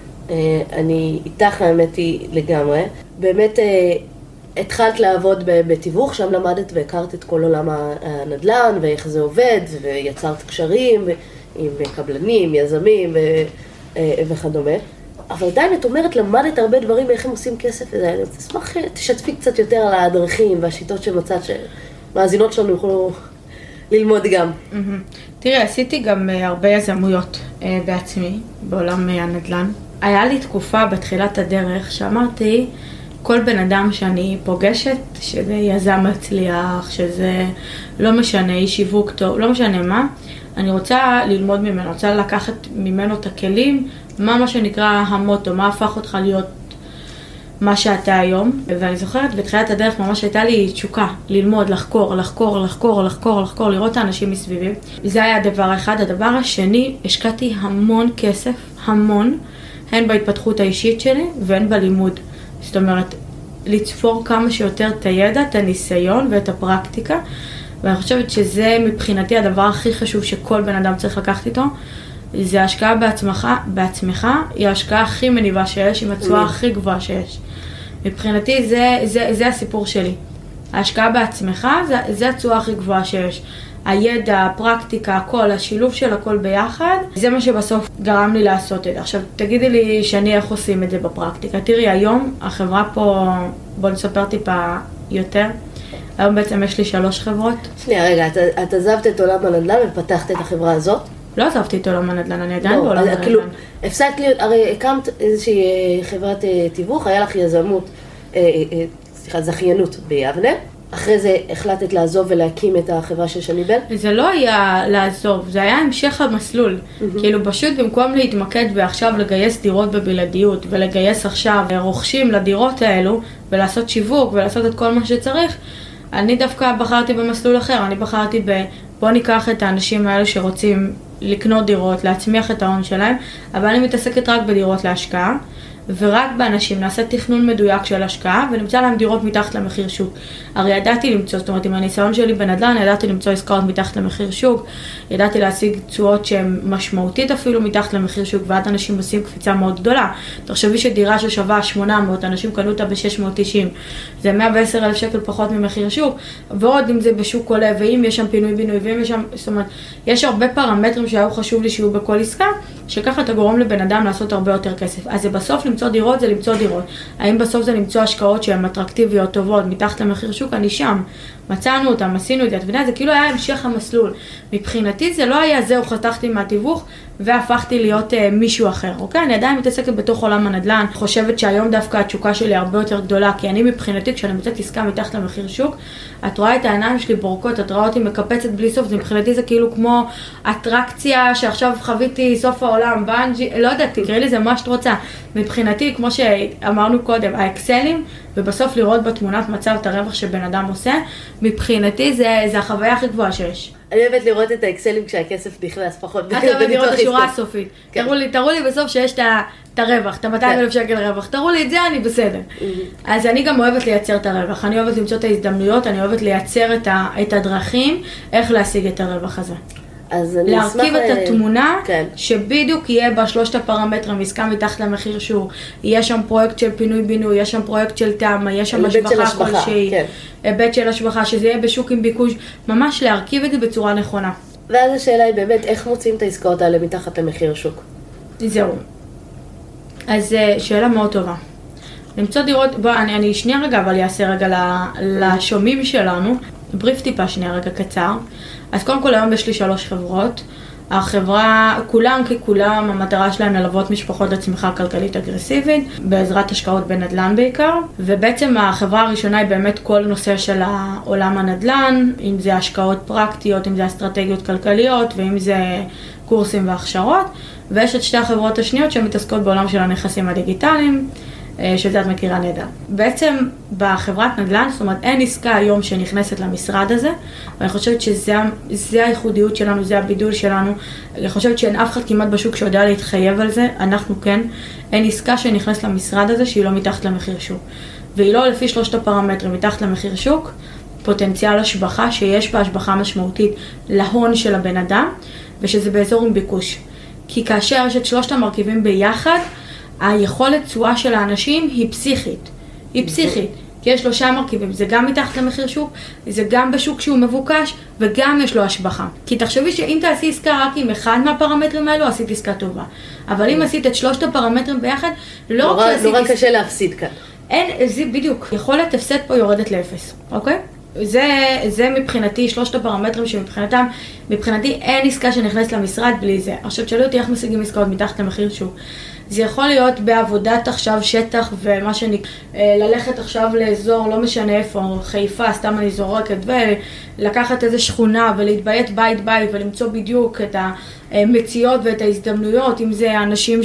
אני איתך, האמת היא לגמרי. באמת, התחלת לעבוד בתיווך, שם למדת והכרת את כל עולם הנדל"ן, ואיך זה עובד, ויצרת קשרים עם קבלנים, יזמים וכדומה. אבל עדיין את אומרת, למדת הרבה דברים, איך הם עושים כסף, אני אשמח תשתפי קצת יותר על הדרכים והשיטות שמצאת, שמאזינות שלנו יוכלו ללמוד גם. תראי, עשיתי גם הרבה יזמויות בעצמי, בעולם הנדל"ן. היה לי תקופה בתחילת הדרך שאמרתי, כל בן אדם שאני פוגשת, שזה יזם מצליח, שזה לא משנה, איש שיווק טוב, לא משנה מה, אני רוצה ללמוד ממנו, רוצה לקחת ממנו את הכלים, מה שנקרא המוטו, מה הפך אותך להיות מה שאתה היום. ואני זוכרת, בתחילת הדרך ממש הייתה לי תשוקה, ללמוד, לחקור, לראות את האנשים מסביבי. זה היה הדבר האחד. הדבר השני, השקעתי המון כסף, המון, הן בהתפתחות האישית שלי והן בלימוד. זאת אומרת, לצפור כמה שיותר את הידע, את הניסיון ואת הפרקטיקה. ואני חושבת שזה מבחינתי הדבר הכי חשוב שכל בן אדם צריך לקחת איתו. זה ההשקעה בעצמך, היא ההשקעה הכי מניבה שיש, עם התשואה הכי גבוהה שיש. מבחינתי זה הסיפור שלי. ההשקעה בעצמך זה התשואה הכי גבוהה שיש. הידע, הפרקטיקה, הכל, השילוב של הכל ביחד, זה מה שבסוף גרם לי לעשות את זה. עכשיו, תגידי לי שאני איך עושים את זה בפרקטיקה. תראי, היום החברה פה, בוא נספר טיפה יותר. היום בעצם יש לי 3 חברות. שנייה, רגע, את עזבת את עולם הנדל"ן ופתחת את החברה הזאת? לא עזבתי את עולם הנדל"ן, אני עדיין בעולם הנדל"ן. הפסקת להיות, הרי הקמת איזושהי חברת תיווך, היה לך זכיינות ביבנה. אחרי זה החלטת לעזוב ולהקים את החברה של שני בן? זה לא היה לעזוב, זה היה המשך המסלול. כאילו פשוט במקום להתמקד ועכשיו לגייס דירות בבלעדיות ולגייס עכשיו רוכשים לדירות האלו ולעשות שיווק ולעשות את כל מה שצריך, אני דווקא בחרתי במסלול אחר, אני בחרתי בוא ניקח את האנשים האלה שרוצים לקנות דירות, להצמיח את ההון שלהם, אבל אני מתעסקת רק בדירות להשקעה, ורק באנשים נעשה תכנון מדויק של השקעה, ונמצא להם דירות מתחת למחיר שוק. הרי ידעתי למצוא, זאת אומרת, עם הניסיון שלי בנדל"ן, ידעתי למצוא עסקאות מתחת למחיר שוק, ידעתי להשיג תשואות שהן משמעותית אפילו מתחת למחיר שוק, ועד אנשים עושים קפיצה מאוד גדולה. תחשבי שדירה ששווה 800, אנשים קנו אותה ב-690, זה 110,000 שקל פחות ממחיר שוק, ועוד אם זה בשוק עולה, ואם יש שם פינוי-בינוי, ואם יש שם, זאת אומרת, יש הרבה פרמטרים שהיו חשוב לי שיהיו בכל עסקה, שככה אתה גורם לבן אדם לעשות הרבה יותר כסף. אז זה בסוף למצוא דירות, זה למצוא דירות. האם בסוף זה למצוא השקעות שהן אטרקטיביות, טובות, מתחת למחיר שוק? אני שם. מצאנו אותם, עשינו את זה. אתה יודע, זה כאילו היה המשך המסלול. מבחינתי זה לא היה זהו, חתכתי מהתיווך והפכתי להיות מישהו אחר. אוקיי? אני עדיין מתעסקת בתוך עולם הנדל"ן. חושבת שהיום דווקא התשוקה שלי הרבה יותר גדולה, כי אני מבחינתי, כשאני מוצאת עסקה מתחת למחיר שוק, את רואה את העיניים שלי בורקות, את רואה אותי מקפצת בלי סוף, זה מבחינתי זה כאילו כמו אטרקציה שעכשיו חוויתי סוף העולם, בנג'י, לא יודעת, תקראי לי זה מה שאת רוצה. מבחינתי, כמו שאמרנו קודם, האקסלים, ובסוף לראות בתמונת מצב את הרווח שבן אדם עושה, מבחינתי זה החוויה הכי גבוהה שיש. אני אוהבת לראות את האקסלים כשהכסף נכנס פחות. את אוהבת לראות את השורה הסופית. תראו לי בסוף שיש את הרווח, את ה-200,000 שקל רווח. תראו לי את זה, אני בסדר. אז אני גם אוהבת לייצר את הרווח. אני אוהבת למצוא את ההזדמנויות, אני אוהבת לייצר את הדרכים, איך להשיג את הרווח הזה. להרכיב את התמונה, שבדיוק יהיה בה שלושת הפרמטרים, עסקה מתחת למחיר שוק, יהיה שם פרויקט של פינוי-בינוי, יש שם פרויקט של תמה, יש שם השבחה כלשהי, היבט של השבחה, שזה יהיה בשוק עם ביקוש, ממש להרכיב את זה בצורה נכונה. ואז השאלה היא באמת, איך מוצאים את העסקאות האלה מתחת למחיר שוק? זהו. אז שאלה מאוד טובה. למצוא דירות, אני שנייה רגע, אבל אעשה רגע לשומעים שלנו, בריף טיפה שנייה רגע קצר. אז קודם כל היום יש לי 3 חברות. החברה, כולם ככולם, המטרה שלהם ללוות משפחות לצמיחה כלכלית אגרסיבית, בעזרת השקעות בנדל"ן בעיקר. ובעצם החברה הראשונה היא באמת כל נושא של העולם הנדל"ן, אם זה השקעות פרקטיות, אם זה אסטרטגיות כלכליות, ואם זה קורסים והכשרות. ויש את 2 החברות השניות שמתעסקות בעולם של הנכסים הדיגיטליים, שזה את מכירה נהדר. בעצם בחברת נדל"ן, זאת אומרת, אין עסקה היום שנכנסת למשרד הזה, ואני חושבת שזה הייחודיות שלנו, זה הבידול שלנו. אני חושבת שאין אף אחד כמעט בשוק שיודע להתחייב על זה, אנחנו כן. אין עסקה שנכנסת למשרד הזה שהיא לא מתחת למחיר שוק. והיא לא לפי 3 הפרמטרים, מתחת למחיר שוק, פוטנציאל השבחה, שיש בה השבחה משמעותית להון של הבן אדם, ושזה באזור עם ביקוש. כי כאשר יש את 3 המרכיבים ביחד, היכולת תשואה של האנשים היא פסיכית. היא פסיכית. כי יש 3 מרכיבים. זה גם מתחת למחיר שוק, זה גם בשוק שהוא מבוקש, וגם יש לו השבחה. כי תחשבי שאם תעשי עסקה רק עם אחד מהפרמטרים האלו, עשית עסקה טובה. אבל אם עשית את 3 הפרמטרים ביחד, לא רק שעשית... נורא קשה להפסיד כאן. אין, זה בדיוק. יכולת הפסד פה יורדת לאפס. אוקיי? זה מבחינתי 3 הפרמטרים מבחינתי אין עסקה שנכנסת למשרד בלי זה. עכשיו תשאלו אותי איך משיגים עסקאות מתחת למחיר שוק. זה יכול להיות בעבודת עכשיו שטח ומה ללכת עכשיו לאזור, לא משנה איפה, חיפה, סתם אני זורקת, ולקחת איזה שכונה ולהתביית בית ולמצוא בדיוק את המציאות ואת ההזדמנויות, אם זה אנשים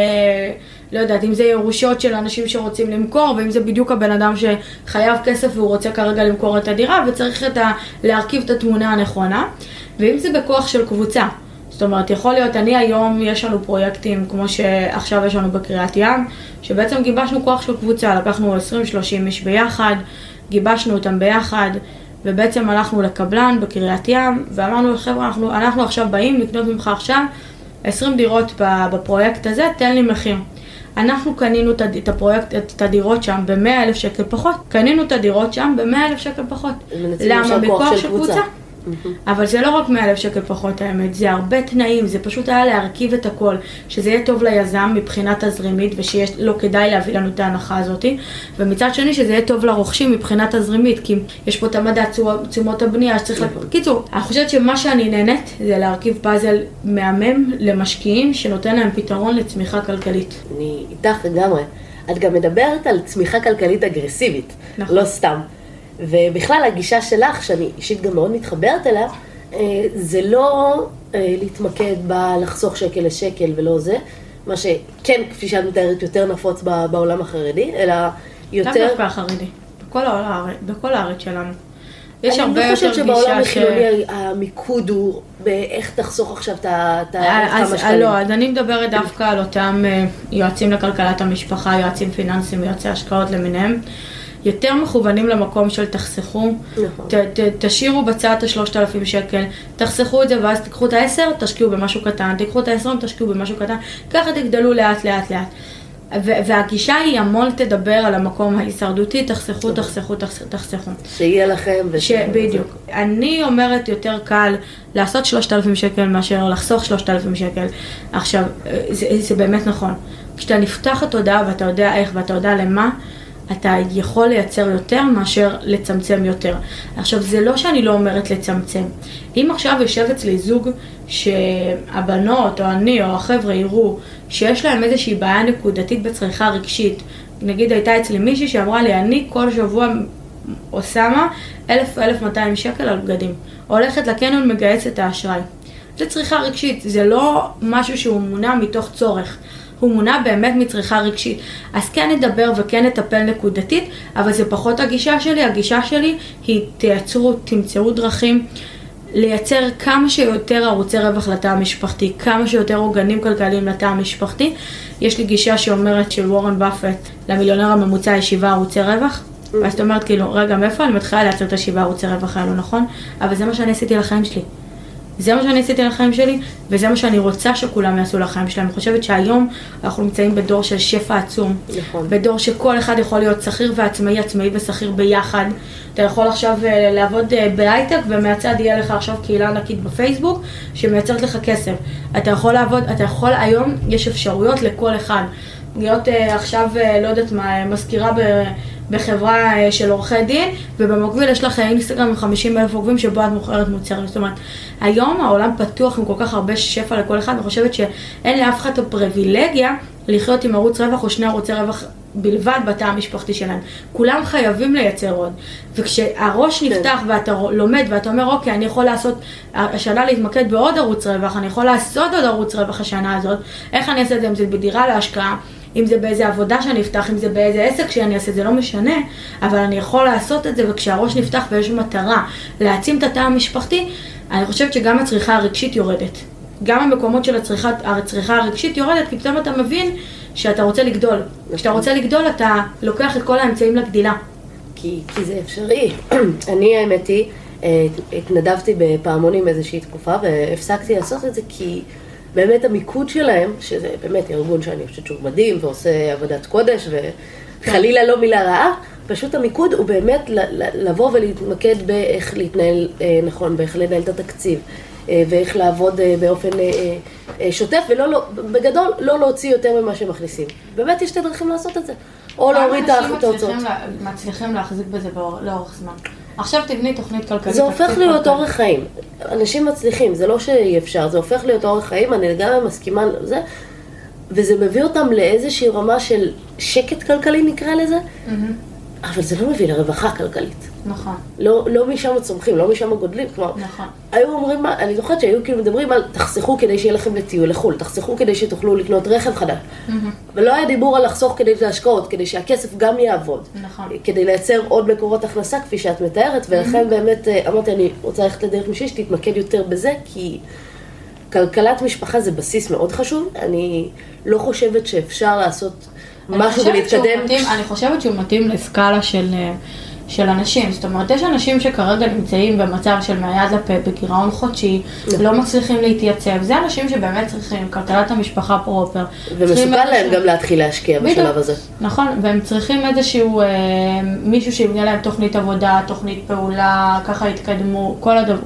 לא יודעת, אם זה ירושות של אנשים שרוצים למכור, ואם זה בדיוק הבן אדם שחייב כסף והוא רוצה כרגע למכור את הדירה, וצריך להרכיב את התמונה הנכונה, ואם זה בכוח של קבוצה. זאת אומרת, יכול להיות, היום יש לנו פרויקטים כמו שעכשיו יש לנו בקריית ים, שבעצם גיבשנו כוח של קבוצה, לקחנו 20-30 איש ביחד, גיבשנו אותם ביחד, ובעצם הלכנו לקבלן בקריית ים, ואמרנו, חבר'ה, אנחנו עכשיו באים לקנות ממך עכשיו 20 דירות בפרויקט הזה, תן לי מחיר. אנחנו קנינו את הדירות שם ב100,000 שקל פחות. קנינו את הדירות שם ב100,000 שקל פחות. למה? בכוח של קבוצה. אבל זה לא רק 100,000 שקל פחות האמת, זה הרבה תנאים, זה פשוט היה להרכיב את הכל, שזה יהיה טוב ליזם מבחינת תזרימית, ושיש לו כדאי להביא לנו את ההנחה הזאת, ומצד שני שזה יהיה טוב לרוכשים מבחינת תזרימית, כי יש פה תמד תשומות הבנייה שצריך קיצור, אני חושבת שמה שאני נהנית זה להרכיב פאזל מהמם למשקיעים שנותן להם פתרון לצמיחה כלכלית. אני איתך לגמרי. את גם מדברת על צמיחה כלכלית אגרסיבית, נכון. לא סתם. ובכלל הגישה שלך, שאני אישית גם מאוד מתחברת אליה, זה לא להתמקד בלחסוך שקל לשקל ולא זה, מה שכן, כפי שאת מתארת, יותר נפוץ בעולם החרדי, אלא יותר... גם דווקא החרדי, בכל הארץ שלנו. יש הרבה יותר גישה אני לא חושבת שבעולם החילוני המיקוד הוא באיך תחסוך עכשיו את כמה שקלים. לא, אז אני מדברת דווקא על אותם יועצים לכלכלת המשפחה, יועצים פיננסיים, יועצי השקעות למיניהם. יותר מכוונים למקום של תחסכו, תשאירו בצד את 3,000 שקל, תחסכו את זה ואז תיקחו את ה-10, תשקיעו במשהו קטן, תיקחו את ה-20, תשקיעו במשהו קטן, ככה תגדלו לאט לאט לאט. והגישה היא המון תדבר על המקום ההישרדותי, תחסכו, תחסכו, תחסכו. שיהיה לכם. בדיוק. אני אומרת יותר קל לעשות 3,000 שקל מאשר לחסוך 3,000 שקל. עכשיו, זה באמת נכון. כשאתה נפתח את התודעה ואתה יודע איך ואתה יודע למה, אתה יכול לייצר יותר מאשר לצמצם יותר. עכשיו, זה לא שאני לא אומרת לצמצם. אם עכשיו יושב אצלי זוג שהבנות או אני או החבר'ה יראו שיש להם איזושהי בעיה נקודתית בצריכה רגשית, נגיד הייתה אצלי מישהי שאמרה לי, אני כל שבוע עושה 1,000-1,200 שקל על בגדים. הולכת לקניון, מגייסת את האשראי. זה צריכה רגשית, זה לא משהו שהוא מונע מתוך צורך. הוא מונע באמת מצריכה רגשית. אז כן נדבר וכן נטפל נקודתית, אבל זה פחות הגישה שלי. הגישה שלי היא תמצאו דרכים לייצר כמה שיותר ערוצי רווח לתא המשפחתי, כמה שיותר עוגנים כלכליים לתא המשפחתי. יש לי גישה שאומרת של וורן באפט, למיליונר הממוצע יש 7 ערוצי רווח. ואז את אומרת כאילו, רגע, מאיפה אני מתחילה לייצר את ה7 ערוצי רווח האלו, נכון? אבל זה מה שאני עשיתי לחיים שלי. זה מה שאני עשיתי לחיים שלי, וזה מה שאני רוצה שכולם יעשו לחיים שלהם. אני חושבת שהיום אנחנו נמצאים בדור של שפע עצום. נכון. בדור שכל אחד יכול להיות שכיר ועצמאי, עצמאי ושכיר ביחד. אתה יכול עכשיו לעבוד בהייטק, ומהצד יהיה לך עכשיו קהילה ענקית בפייסבוק, שמייצרת לך כסף. אתה יכול לעבוד, היום יש אפשרויות לכל אחד. להיות עכשיו, לא יודעת מה, מזכירה בחברה של עורכי דין, ובמקביל יש לך אינסטגרם עם 50,000 עוקבים שבו את מוכרת מוצרים. זאת אומרת, היום העולם פתוח עם כל כך הרבה שפע לכל אחד, אני חושבת שאין לאף אחד הפריבילגיה לחיות עם ערוץ רווח או 2 ערוצי רווח בלבד בתא המשפחתי שלהם. כולם חייבים לייצר עוד. וכשהראש נפתח ואתה לומד ואתה אומר, אוקיי, אני יכול לעשות השנה להתמקד בעוד ערוץ רווח, אני יכול לעשות עוד ערוץ רווח השנה הזאת, איך אני אעשה את זה? אם זה בדירה להשקעה, אם זה באיזה עבודה שאני אפתח, אם זה באיזה עסק שאני אעשה, זה לא משנה, אבל אני יכול לעשות את זה, וכשהראש נפתח ויש מטרה להעצים את התא המשפחתי, אני חושבת שגם הצריכה הרגשית יורדת. גם המקומות של הצריכה הרגשית יורדת, כי פתאום אתה מבין שאתה רוצה לגדול. כשאתה רוצה לגדול, אתה לוקח את כל האמצעים לגדילה. כי זה אפשרי. אני, האמת היא, התנדבתי בפעמונים איזושהי תקופה, והפסקתי לעשות את זה כי באמת המיקוד שלהם, שזה באמת ארגון שאני חושבת שהוא מדהים ועושה עבודת קודש וחלילה לא מילה רעה, פשוט המיקוד הוא באמת לבוא ולהתמקד באיך להתנהל נכון, באיך לנהל את התקציב ואיך לעבוד באופן שוטף בגדול לא להוציא יותר ממה שמכניסים. באמת יש 2 דרכים לעשות את זה. או להוריד את ההוצאות. מצליחים להחזיק בזה לאורך זמן. עכשיו תבני תוכנית כלכלית. זה הופך להיות אורח חיים. אנשים מצליחים, זה לא שאי אפשר, זה הופך להיות אורח חיים, אני לגמרי מסכימה על זה, וזה מביא אותם לאיזושהי רמה של שקט כלכלי נקרא לזה, אבל זה לא מביא לרווחה כלכלית. נכון. לא משם צומחים, לא משם גודלים, כלומר, נכון. היו אומרים, אני זוכרת שהיו כאילו מדברים על תחסכו כדי שיהיה לכם לטיול לחול, תחסכו כדי שתוכלו לקנות רכב חדש. ולא היה דיבור על לחסוך כדי להשקעות, כדי שהכסף גם יעבוד. נכון. כדי לייצר עוד מקורות הכנסה כפי שאת מתארת, ולכן באמת אמרתי, אני רוצה ללכת לדרך מישהי שתתמקד יותר בזה, כי כלכלת משפחה זה בסיס מאוד חשוב. אני לא חושבת שאפשר לעשות משהו ולהתקדם. אני חושבת שהוא מתאים לסקאלה של אנשים. זאת אומרת, יש אנשים שכרגע נמצאים במצב של מהיד לפה, בגירעון חודשי, לא מצליחים להתייצב. זה אנשים שבאמת צריכים כלכלת המשפחה פרופר. ומסוכן להם גם להתחיל להשקיע בשלב הזה. נכון, והם צריכים איזשהו מישהו שיבנה להם תוכנית עבודה, תוכנית פעולה, ככה יתקדמו,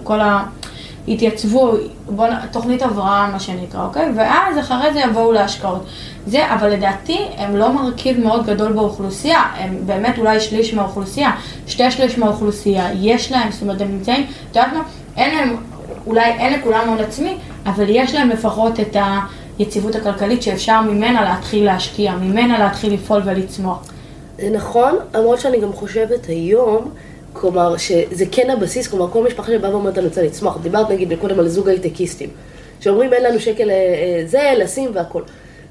התייצבו, תוכנית הבראה, מה שנקרא, אוקיי? ואז אחרי זה יבואו להשקעות. אבל לדעתי הם לא מרכיב מאוד גדול באוכלוסייה, הם באמת אולי 1/3 מהאוכלוסייה, 2/3 מהאוכלוסייה, יש להם, זאת אומרת, הם נמצאים, את יודעת מה? אולי אין לכולם הון עצמי, אבל יש להם לפחות את היציבות הכלכלית שאפשר ממנה להתחיל להשקיע, ממנה להתחיל לפעול ולצמוח. זה נכון, למרות שאני גם חושבת היום, כלומר, שזה כן הבסיס, כלומר, כל משפחה שבאה ואומרת, אני רוצה לצמוח. דיברת נגיד קודם על זוג הייטקיסטים, שאומרים, אין לנו שקל זה, לשים והכל.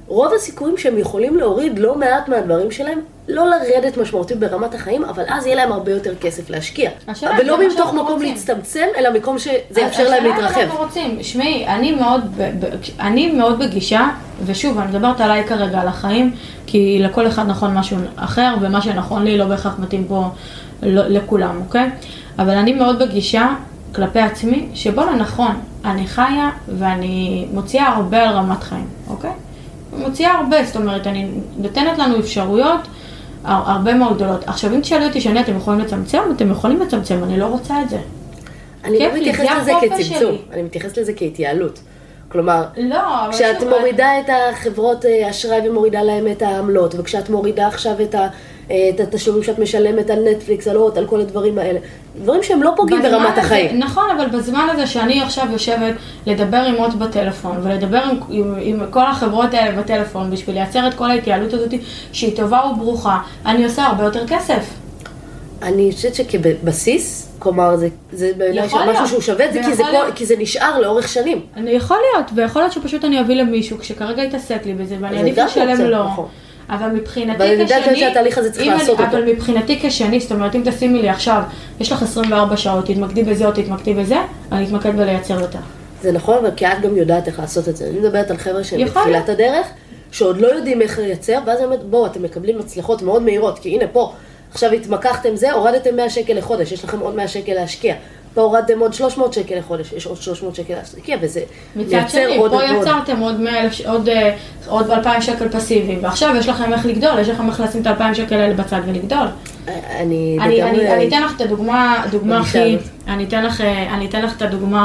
רוב הסיכויים שהם יכולים להוריד לא מעט מהדברים שלהם, לא לרדת משמעותית ברמת החיים, אבל אז יהיה להם הרבה יותר כסף להשקיע. ולא מתוך מקום להצטמצם, אלא מקום שזה יאפשר להם להתרחב. אנחנו רוצים. שמי, אני מאוד בגישה, ושוב, אני מדברת עליי כרגע על החיים, כי לכל אחד נכון משהו אחר, ומה שנכון לי לא בהכרח מתאים פה לכולם, אוקיי? אבל אני מאוד בגישה כלפי עצמי, שבו לנכון, אני חיה ואני מוציאה הרבה על רמת חיים, אוקיי? מוציאה הרבה, זאת אומרת, אני נותנת לנו אפשרויות הרבה מאוד גדולות. עכשיו, אם תשאלי אותי שאני, אתם יכולים לצמצם? אתם יכולים לצמצם, אני לא רוצה את זה. אני לא מתייחסת לזה כצמצום, אני מתייחסת לזה כהתייעלות. כלומר, כשאת מורידה את החברות אשראי ומורידה להם את העמלות, וכשאת מורידה עכשיו את התשלומים שאת משלמת על נטפליקס, על הוט, על כל הדברים האלה, דברים שהם לא פוגעים ברמת החיים. נכון, אבל בזמן הזה שאני עכשיו יושבת לדבר עם הוט בטלפון, ולדבר עם כל החברות האלה בטלפון, בשביל לייצר את כל ההתייעלות הזאת, שהיא טובה וברוכה, אני עושה הרבה יותר כסף. אני חושבת שכבסיס, כלומר, זה משהו שהוא שווה את זה, כי זה נשאר לאורך שנים. יכול להיות, ויכול להיות שפשוט אני אביא למישהו, כשכרגע יתעסק לי בזה, ואני עדיף לשלם לו. אבל מבחינתי כשני, אבל מבחינתי כשני, זאת אומרת, אם תשימי לי עכשיו, יש לך 24 שעות, תתמקדי בזה או תתמקדי בזה, אני אתמקד ולייצר אותה. זה נכון, אבל כי את גם יודעת איך לעשות את זה. אני מדברת על חבר'ה שהם בתחילת הדרך, שעוד לא יודעים איך לייצר, ואז אני אומרת, בואו, אתם מקבלים מצליחות מאוד מהירות, כי הנה פה, עכשיו התמקחתם זה, הורדתם 100 שקל לחודש, יש לכם עוד 100 שקל להשקיע. פה הורדתם עוד 300 שקל לחודש, יש עוד 300 שקל להשקיע, וזה מייצר עוד עוד. פה יצרתם עוד 2,000 שקל פסיבי, ועכשיו יש לכם איך לגדול, יש לכם איך לשים את 2,000 שקל האלה בצד ולגדול. אני אתן לך את הדוגמה הכי, אני אתן לך את הדוגמה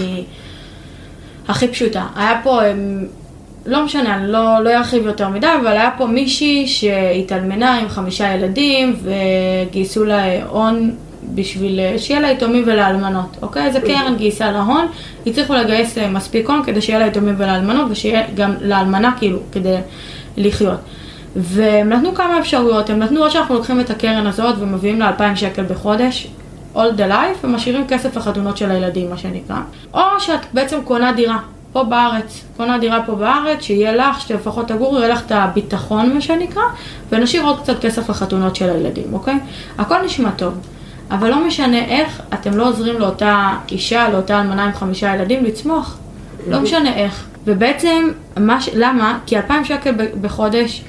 הכי פשוטה. היה פה, לא משנה, אני לא ארחיב יותר מדי, אבל היה פה מישהי שהתאלמנה עם 5 ילדים, וגייסו לה הון בשביל שיהיה לה יתומים ולאלמנות, אוקיי? זה קרן גייסה להון, הצליחו לגייס מספיק הון כדי שיהיה לה יתומים ולאלמנות, ושיהיה גם לאלמנה כאילו, כדי לחיות. והם נתנו כמה אפשרויות, הם נתנו עוד שאנחנו לוקחים את הקרן הזאת ומביאים לה 2,000 שקל בחודש, all the life, ומשאירים כסף לחתונות של הילדים, מה שנקרא. או שאת בעצם קונה דירה. פה בארץ, קונה דירה פה בארץ, שיהיה לך, שלפחות תגור, יהיה לך את הביטחון, מה שנקרא, ונשאיר עוד קצת כסף לחתונות של הילדים, אוקיי? הכל נשמע טוב, אבל לא משנה איך, אתם לא עוזרים לאותה אישה, לאותה אלמנה עם 5 ילדים לצמוח, לא משנה איך. ובעצם, למה? כי 2,000 שקל בחודש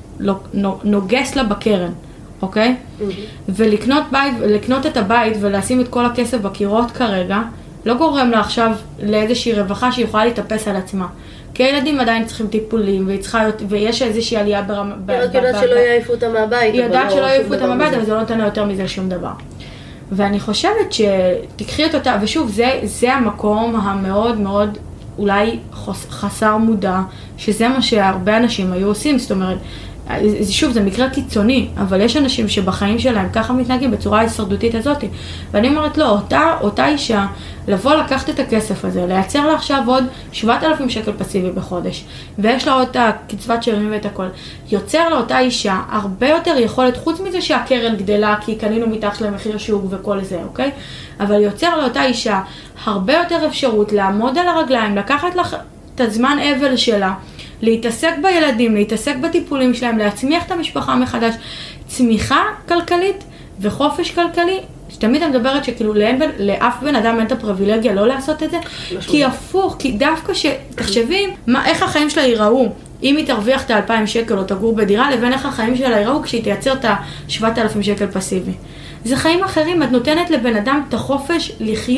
נוגס לה בקרן, אוקיי? ולקנות בית, לקנות את הבית ולשים את כל הכסף בקירות כרגע, לא גורם לה עכשיו לאיזושהי רווחה שהיא יכולה להתאפס על עצמה. כי הילדים עדיין צריכים טיפולים, ויש איזושהי עלייה ברמה... היא רק יודעת שלא יעיפו אותה מהבית. היא יודעת שלא יעיפו אותה מהבית, אבל זה לא נותן לה יותר מזה שום דבר. ואני חושבת שתקחי את אותה, ושוב, זה המקום המאוד מאוד אולי חסר מודע, שזה מה שהרבה אנשים היו עושים, זאת אומרת, שוב, זה מקרה קיצוני, אבל יש אנשים שבחיים שלהם ככה מתנהגים בצורה הישרדותית הזאת. ואני אומרת, לא, אותה אישה, לבוא לקחת את הכסף הזה, לייצר לה עכשיו עוד 7,000 שקל פסיבי בחודש, ויש לה עוד את הקצבת שאירים ואת הכל. יוצר לאותה אישה הרבה יותר יכולת, חוץ מזה שהקרן גדלה, כי קנינו מתחת למחיר שוק וכל זה, אוקיי? אבל יוצר לאותה אישה הרבה יותר אפשרות לעמוד על הרגליים, לקחת לך את הזמן אבל שלה, להתעסק בילדים, להתעסק בטיפולים שלהם, להצמיח את המשפחה מחדש, צמיחה כלכלית וחופש כלכלי, שתמיד אני מדברת שכאילו לאף בן אדם אין את הפריבילגיה לא לעשות את זה, כי הפוך, כי דווקא שתחשבים איך החיים שלה ייראו, אם היא תרוויח את 2,000 שקל או תגור בדירה, לבין איך החיים שלה ייראו כשהיא תייצר את 7,000 שקל פסיבי. זה חיים אחרים, את נותנת לבן אדם את החופש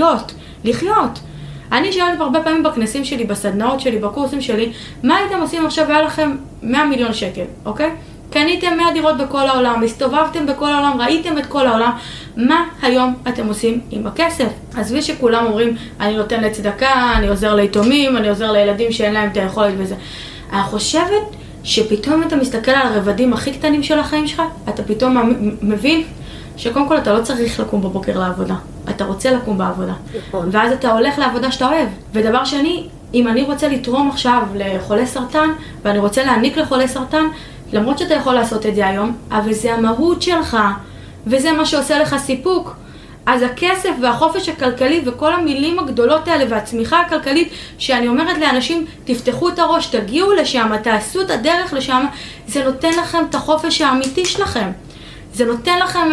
לחיות. אני שאלתי הרבה פעמים בכנסים שלי, בסדנאות שלי, בקורסים שלי, מה הייתם עושים עכשיו והיה לכם 100 מיליון שקל, אוקיי? קניתם 100 דירות בכל העולם, הסתובבתם בכל העולם, ראיתם את כל העולם, מה היום אתם עושים עם הכסף? עזבי שכולם אומרים, אני נותן לצדקה, אני עוזר ליתומים, אני עוזר לילדים שאין להם את היכולת וזה. אני חושבת שפתאום אתה מסתכל על הרבדים הכי קטנים של החיים שלך, אתה פתאום מבין שקודם כל אתה לא צריך לקום בבוקר לעבודה, אתה רוצה לקום בעבודה. ואז אתה הולך לעבודה שאתה אוהב. ודבר שני, אם אני רוצה לתרום עכשיו לחולי סרטן, ואני רוצה להעניק לחולי סרטן, למרות שאתה יכול לעשות את זה היום, אבל זה המהות שלך, וזה מה שעושה לך סיפוק. אז הכסף והחופש הכלכלי וכל המילים הגדולות האלה והצמיחה הכלכלית שאני אומרת לאנשים, תפתחו את הראש, תגיעו לשם, תעשו את הדרך לשם, זה נותן לכם את החופש האמיתי שלכם. זה נותן לכם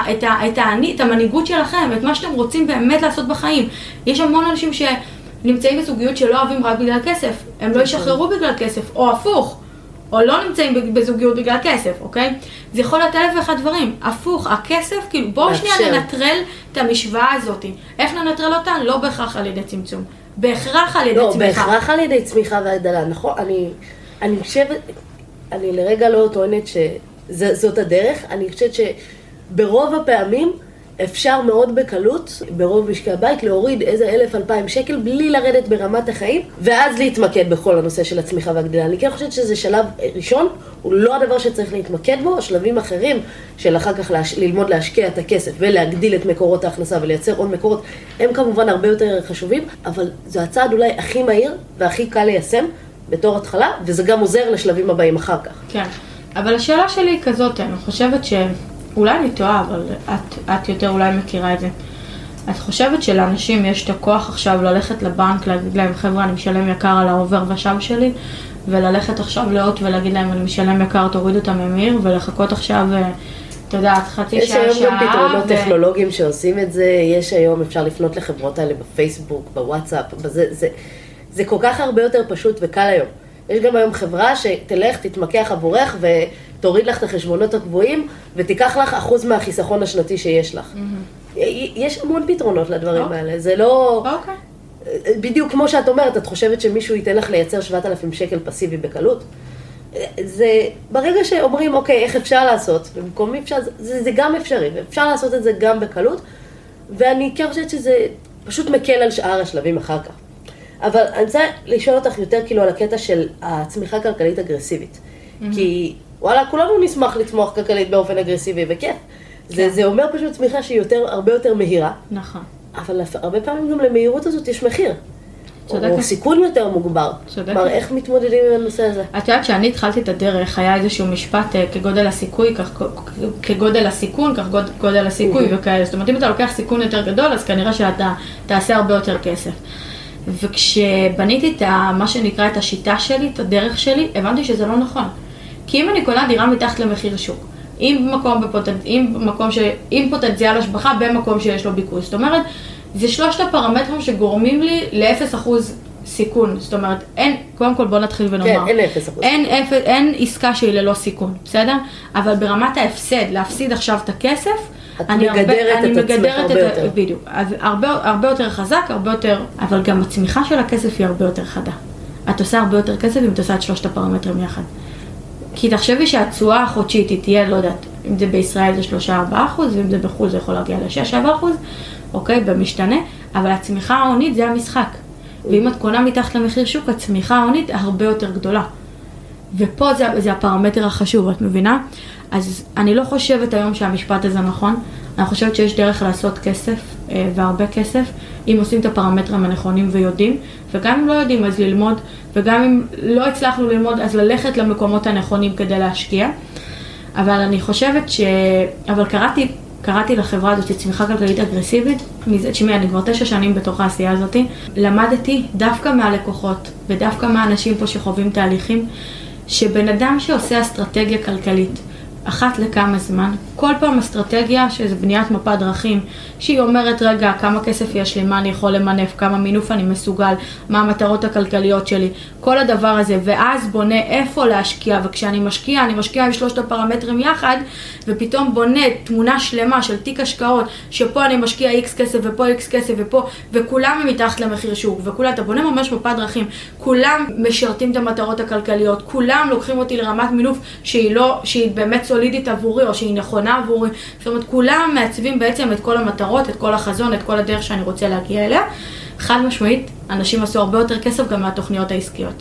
את המנהיגות שלכם, את מה שאתם רוצים באמת לעשות בחיים. יש המון אנשים שנמצאים בזוגיות שלא אוהבים רק בגלל כסף, הם לא ישחררו בגלל כסף, או הפוך. או לא נמצאים בזוגיות בגלל כסף, אוקיי? זה יכול להיות 1,001 דברים. הפוך, הכסף, כאילו, בואו שנייה ננטרל את המשוואה הזאת. איך ננטרל אותה? לא בהכרח על ידי צמצום. בהכרח על ידי צמיחה. לא, בהכרח על ידי צמיחה והגדלה. נכון, אני חושבת, אני לרגע לא טוענת שזאת הדרך. אני חושבת שברוב הפעמים אפשר מאוד בקלות, ברוב משקי הבית, להוריד איזה 1,000-2,000 שקל בלי לרדת ברמת החיים, ואז להתמקד בכל הנושא של הצמיחה והגדילה. אני כן חושבת שזה שלב ראשון, הוא לא הדבר שצריך להתמקד בו, השלבים אחרים של אחר כך ללמוד להשקיע את הכסף ולהגדיל את מקורות ההכנסה ולייצר עוד מקורות, הם כמובן הרבה יותר חשובים, אבל זה הצעד אולי הכי מהיר והכי קל ליישם בתור התחלה, וזה גם עוזר לשלבים הבאים אחר כך. כן, אבל השאלה שלי היא כזאת, אני חושבת אולי אני טועה, אבל את יותר אולי מכירה את זה. את חושבת שלאנשים יש את הכוח עכשיו ללכת לבנק, להגיד להם, חבר'ה, אני משלם יקר על העובר ושב שלי, וללכת עכשיו לאות ולהגיד להם, אני משלם יקר, תוריד אותם ממיר, ולחכות עכשיו, אתה יודעת, חצי שעה. יש היום גם פתרונות טכנולוגיים שעושים את זה, יש היום, אפשר לפנות לחברות האלה בפייסבוק, בוואטסאפ, זה כל כך הרבה יותר פשוט וקל היום. יש גם היום חברה שתלך, תתמקח עבורך ותוריד לך את החשבונות הקבועים ותיקח לך אחוז מהחיסכון השנתי שיש לך. יש המון פתרונות לדברים האלה, זה לא... בדיוק כמו שאת אומרת, את חושבת שמישהו ייתן לך לייצר 7,000 שקל פסיבי בקלות? זה ברגע שאומרים, אוקיי, איך אפשר לעשות? במקום אפשר, זה גם אפשרי, ואפשר לעשות את זה גם בקלות, ואני כן חושבת שזה פשוט מקל על שאר השלבים אחר כך. אבל אני רוצה לשאול אותך יותר כאילו על הקטע של הצמיחה כלכלית אגרסיבית. כי וואלה, כולנו נשמח לצמוח כלכלית באופן אגרסיבי וכיף. זה אומר פשוט צמיחה שהיא הרבה יותר מהירה. נכון. אבל הרבה פעמים גם למהירות הזאת יש מחיר. צודקת. או סיכון יותר מוגבר. צודקת. כלומר, איך מתמודדים עם הנושא הזה? את יודעת שאני התחלתי את הדרך, היה איזשהו משפט כגודל הסיכוי, כגודל הסיכון, כך גודל הסיכוי וכאלה. זאת אומרת, אם אתה לוקח סיכון יותר גדול, אז כנראה שאתה תעשה הרבה יותר כסף. וכשבניתי את מה שנקרא את השיטה שלי, את הדרך שלי, הבנתי שזה לא נכון. כי אם אני קונה דירה מתחת למחיר שוק, עם פוטנציאל השבחה במקום שיש לו ביקוש. זאת אומרת, זה שלושת הפרמטרים שגורמים לי ל0% סיכון. זאת אומרת, קודם כל בוא נתחיל ונאמר. כן, אין 0%. אין עסקה שהיא ללא סיכון, בסדר? אבל ברמת ההפסד, להפסיד עכשיו את הכסף, אני מגדרת את עצמך הרבה יותר. בדיוק. אז הרבה יותר חזק, הרבה יותר, אבל גם הצמיחה של הכסף היא הרבה יותר חדה. את עושה הרבה יותר כסף אם את עושה את שלושת הפרמטרים יחד. כי תחשבי שהתשואה החודשית היא תהיה, לא יודעת, אם זה בישראל זה 3-4%, ואם זה בחו"ל זה יכול להגיע ל6-7%, אוקיי, במשתנה, אבל הצמיחה העונית זה המשחק. ואם את קונה מתחת למחיר שוק, הצמיחה העונית הרבה יותר גדולה. ופה זה הפרמטר החשוב, את מבינה? אז אני לא חושבת היום שהמשפט הזה נכון, אני חושבת שיש דרך לעשות כסף, והרבה כסף, אם עושים את הפרמטרים הנכונים ויודעים, וגם אם לא יודעים אז ללמוד, וגם אם לא הצלחנו ללמוד אז ללכת למקומות הנכונים כדי להשקיע. אבל אני חושבת אבל קראתי לחברה הזאת צמיחה כלכלית אגרסיבית, תשמעי, אני כבר 9 שנים בתוך העשייה הזאת, למדתי דווקא מהלקוחות, ודווקא מהאנשים פה שחווים תהליכים, שבן אדם שעושה אסטרטגיה כלכלית, אחת לכמה זמן, כל פעם אסטרטגיה שזה בניית מפה דרכים, שהיא אומרת רגע כמה כסף יש לי, מה אני יכול למנף, כמה מינוף אני מסוגל, מה המטרות הכלכליות שלי, כל הדבר הזה, ואז בונה איפה להשקיע, וכשאני משקיע, אני משקיע עם שלושת הפרמטרים יחד, ופתאום בונה תמונה שלמה של תיק השקעות, שפה אני משקיע X כסף ופה X כסף ופה, וכולם הם מתחת למחיר שוק, וכולם, אתה בונה ממש מפה דרכים, כולם משרתים את המטרות הכלכליות, כולם לוקחים אותי לרמת מינוף שהיא באמת סולידית עבורי, או שהיא נכונה עבורי. זאת אומרת, כולם מעצבים בעצם את כל המטרות, את כל החזון, את כל הדרך שאני רוצה להגיע אליה. חד משמעית, אנשים עשו הרבה יותר כסף גם מהתוכניות העסקיות.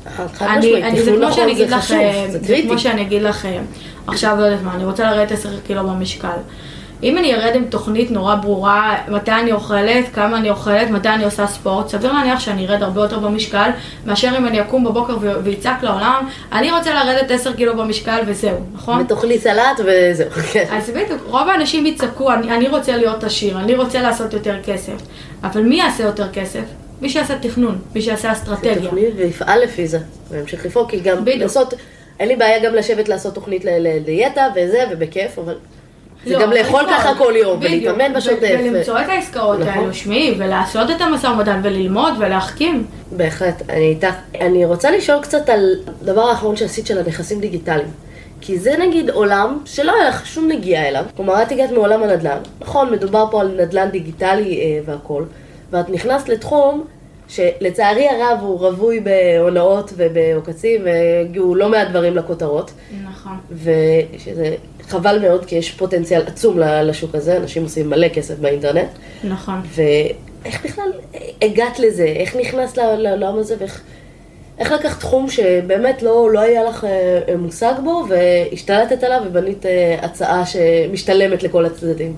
זה כמו שאני אגיד לך, עכשיו לא יודעת מה, אני רוצה לרדת 10 קילו במשקל. אם אני ארד עם תוכנית נורא ברורה, מתי אני אוכלת, כמה אני אוכלת, מתי אני עושה ספורט, סביר להניח שאני ארד הרבה יותר במשקל, מאשר אם אני אקום בבוקר ויצעק לעולם, אני רוצה לרדת 10 קילו במשקל וזהו, נכון? ותאכלי סלט וזהו. אז בדיוק, רוב האנשים יצעקו, אני רוצה להיות עשיר, אני רוצה לעשות יותר כסף, אבל מי יעשה יותר כסף? מי שיעשה תכנון, מי שיעשה אסטרטגיה. תכנית ויפעל לפי זה, והמשיך לפעול, כי גם לעשות, אין לי בעיה גם לשבת לעשות תוכנית לדיאטה וזה, ובכיף, אבל זה גם לאכול ככה כל יום, ולהתאמן בשוטף. ולמצוא את העסקאות האלו, שמי, ולעשות את המשא ומתן, וללמוד ולהחכים. בהחלט, אני איתך. אני רוצה לשאול קצת על דבר האחרון שעשית של הנכסים דיגיטליים. כי זה נגיד עולם שלא היה לך שום נגיעה אליו. כלומר, את הגעת מעולם הנדל"ן. נכון, מדובר פה על נדל"ן דיגיטלי והכל. ואת נכנסת לתחום שלצערי הרב הוא רווי בהונאות ובעוקצים, והגיעו לא מעט דברים לכותרות. נכון. ושזה חבל מאוד, כי יש פוטנציאל עצום לשוק הזה, אנשים עושים מלא כסף באינטרנט. נכון. ואיך בכלל הגעת לזה? איך נכנסת לעולם הזה? איך לקחת תחום שבאמת לא היה לך מושג בו, והשתלטת עליו ובנית הצעה שמשתלמת לכל הצדדים?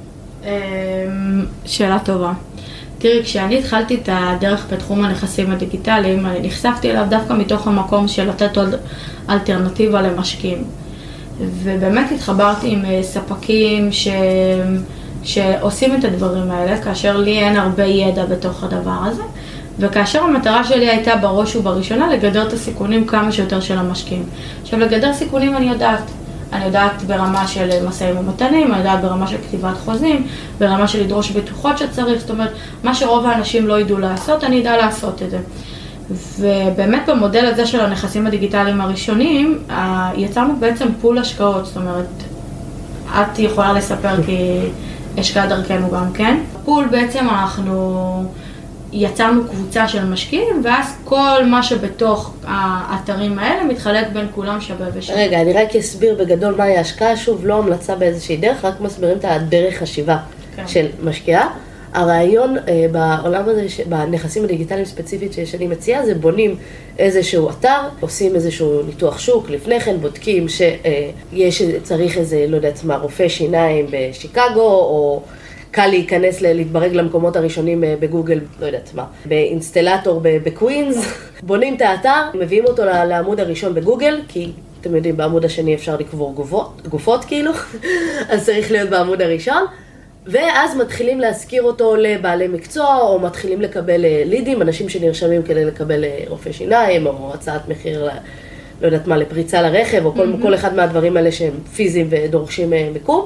שאלה טובה. תראי, כשאני התחלתי את הדרך בתחום הנכסים הדיגיטליים, אני נחשפתי אליו דווקא מתוך המקום של לתת עוד אלטרנטיבה למשקיעים. ובאמת התחברתי עם ספקים שעושים את הדברים האלה, כאשר לי אין הרבה ידע בתוך הדבר הזה, וכאשר המטרה שלי הייתה בראש ובראשונה לגדר את הסיכונים כמה שיותר של המשקיעים. עכשיו, לגדר סיכונים אני יודעת ברמה של משאים ומתנים, אני יודעת ברמה של כתיבת חוזים, ברמה של לדרוש בטוחות שצריך, זאת אומרת, מה שרוב האנשים לא ידעו לעשות, אני אדע לעשות את זה. ובאמת במודל הזה של הנכסים הדיגיטליים הראשונים, יצרנו בעצם פול השקעות, זאת אומרת, את יכולה לספר כי השקעה דרכנו גם כן. פול בעצם אנחנו יצרנו קבוצה של משקיעים, ואז כל מה שבתוך האתרים האלה מתחלק בין כולם שווה ושווה. רגע, אני רק אסביר בגדול מהי ההשקעה, שוב לא המלצה באיזושהי דרך, רק מסבירים את הדרך חשיבה של משקיעה. הרעיון בעולם הזה, בנכסים הדיגיטליים ספציפית שאני מציעה, זה בונים איזשהו אתר, עושים איזשהו ניתוח שוק, לפני כן בודקים צריך איזה, לא יודעת מה, רופא שיניים בשיקגו, או קל להיכנס, להתברג למקומות הראשונים בגוגל, לא יודעת מה, באינסטלטור בקווינס, בונים את האתר, מביאים אותו לעמוד הראשון בגוגל, כי אתם יודעים, בעמוד השני אפשר לקבור גופות כאילו, אז צריך להיות בעמוד הראשון, ואז מתחילים להזכיר אותו לבעלי מקצוע, או מתחילים לקבל לידים, אנשים שנרשמים כדי לקבל רופא שיניים, או הצעת מחיר, לא יודעת מה, לפריצה לרכב, או כל אחד מהדברים האלה שהם פיזיים ודורשים מיקום,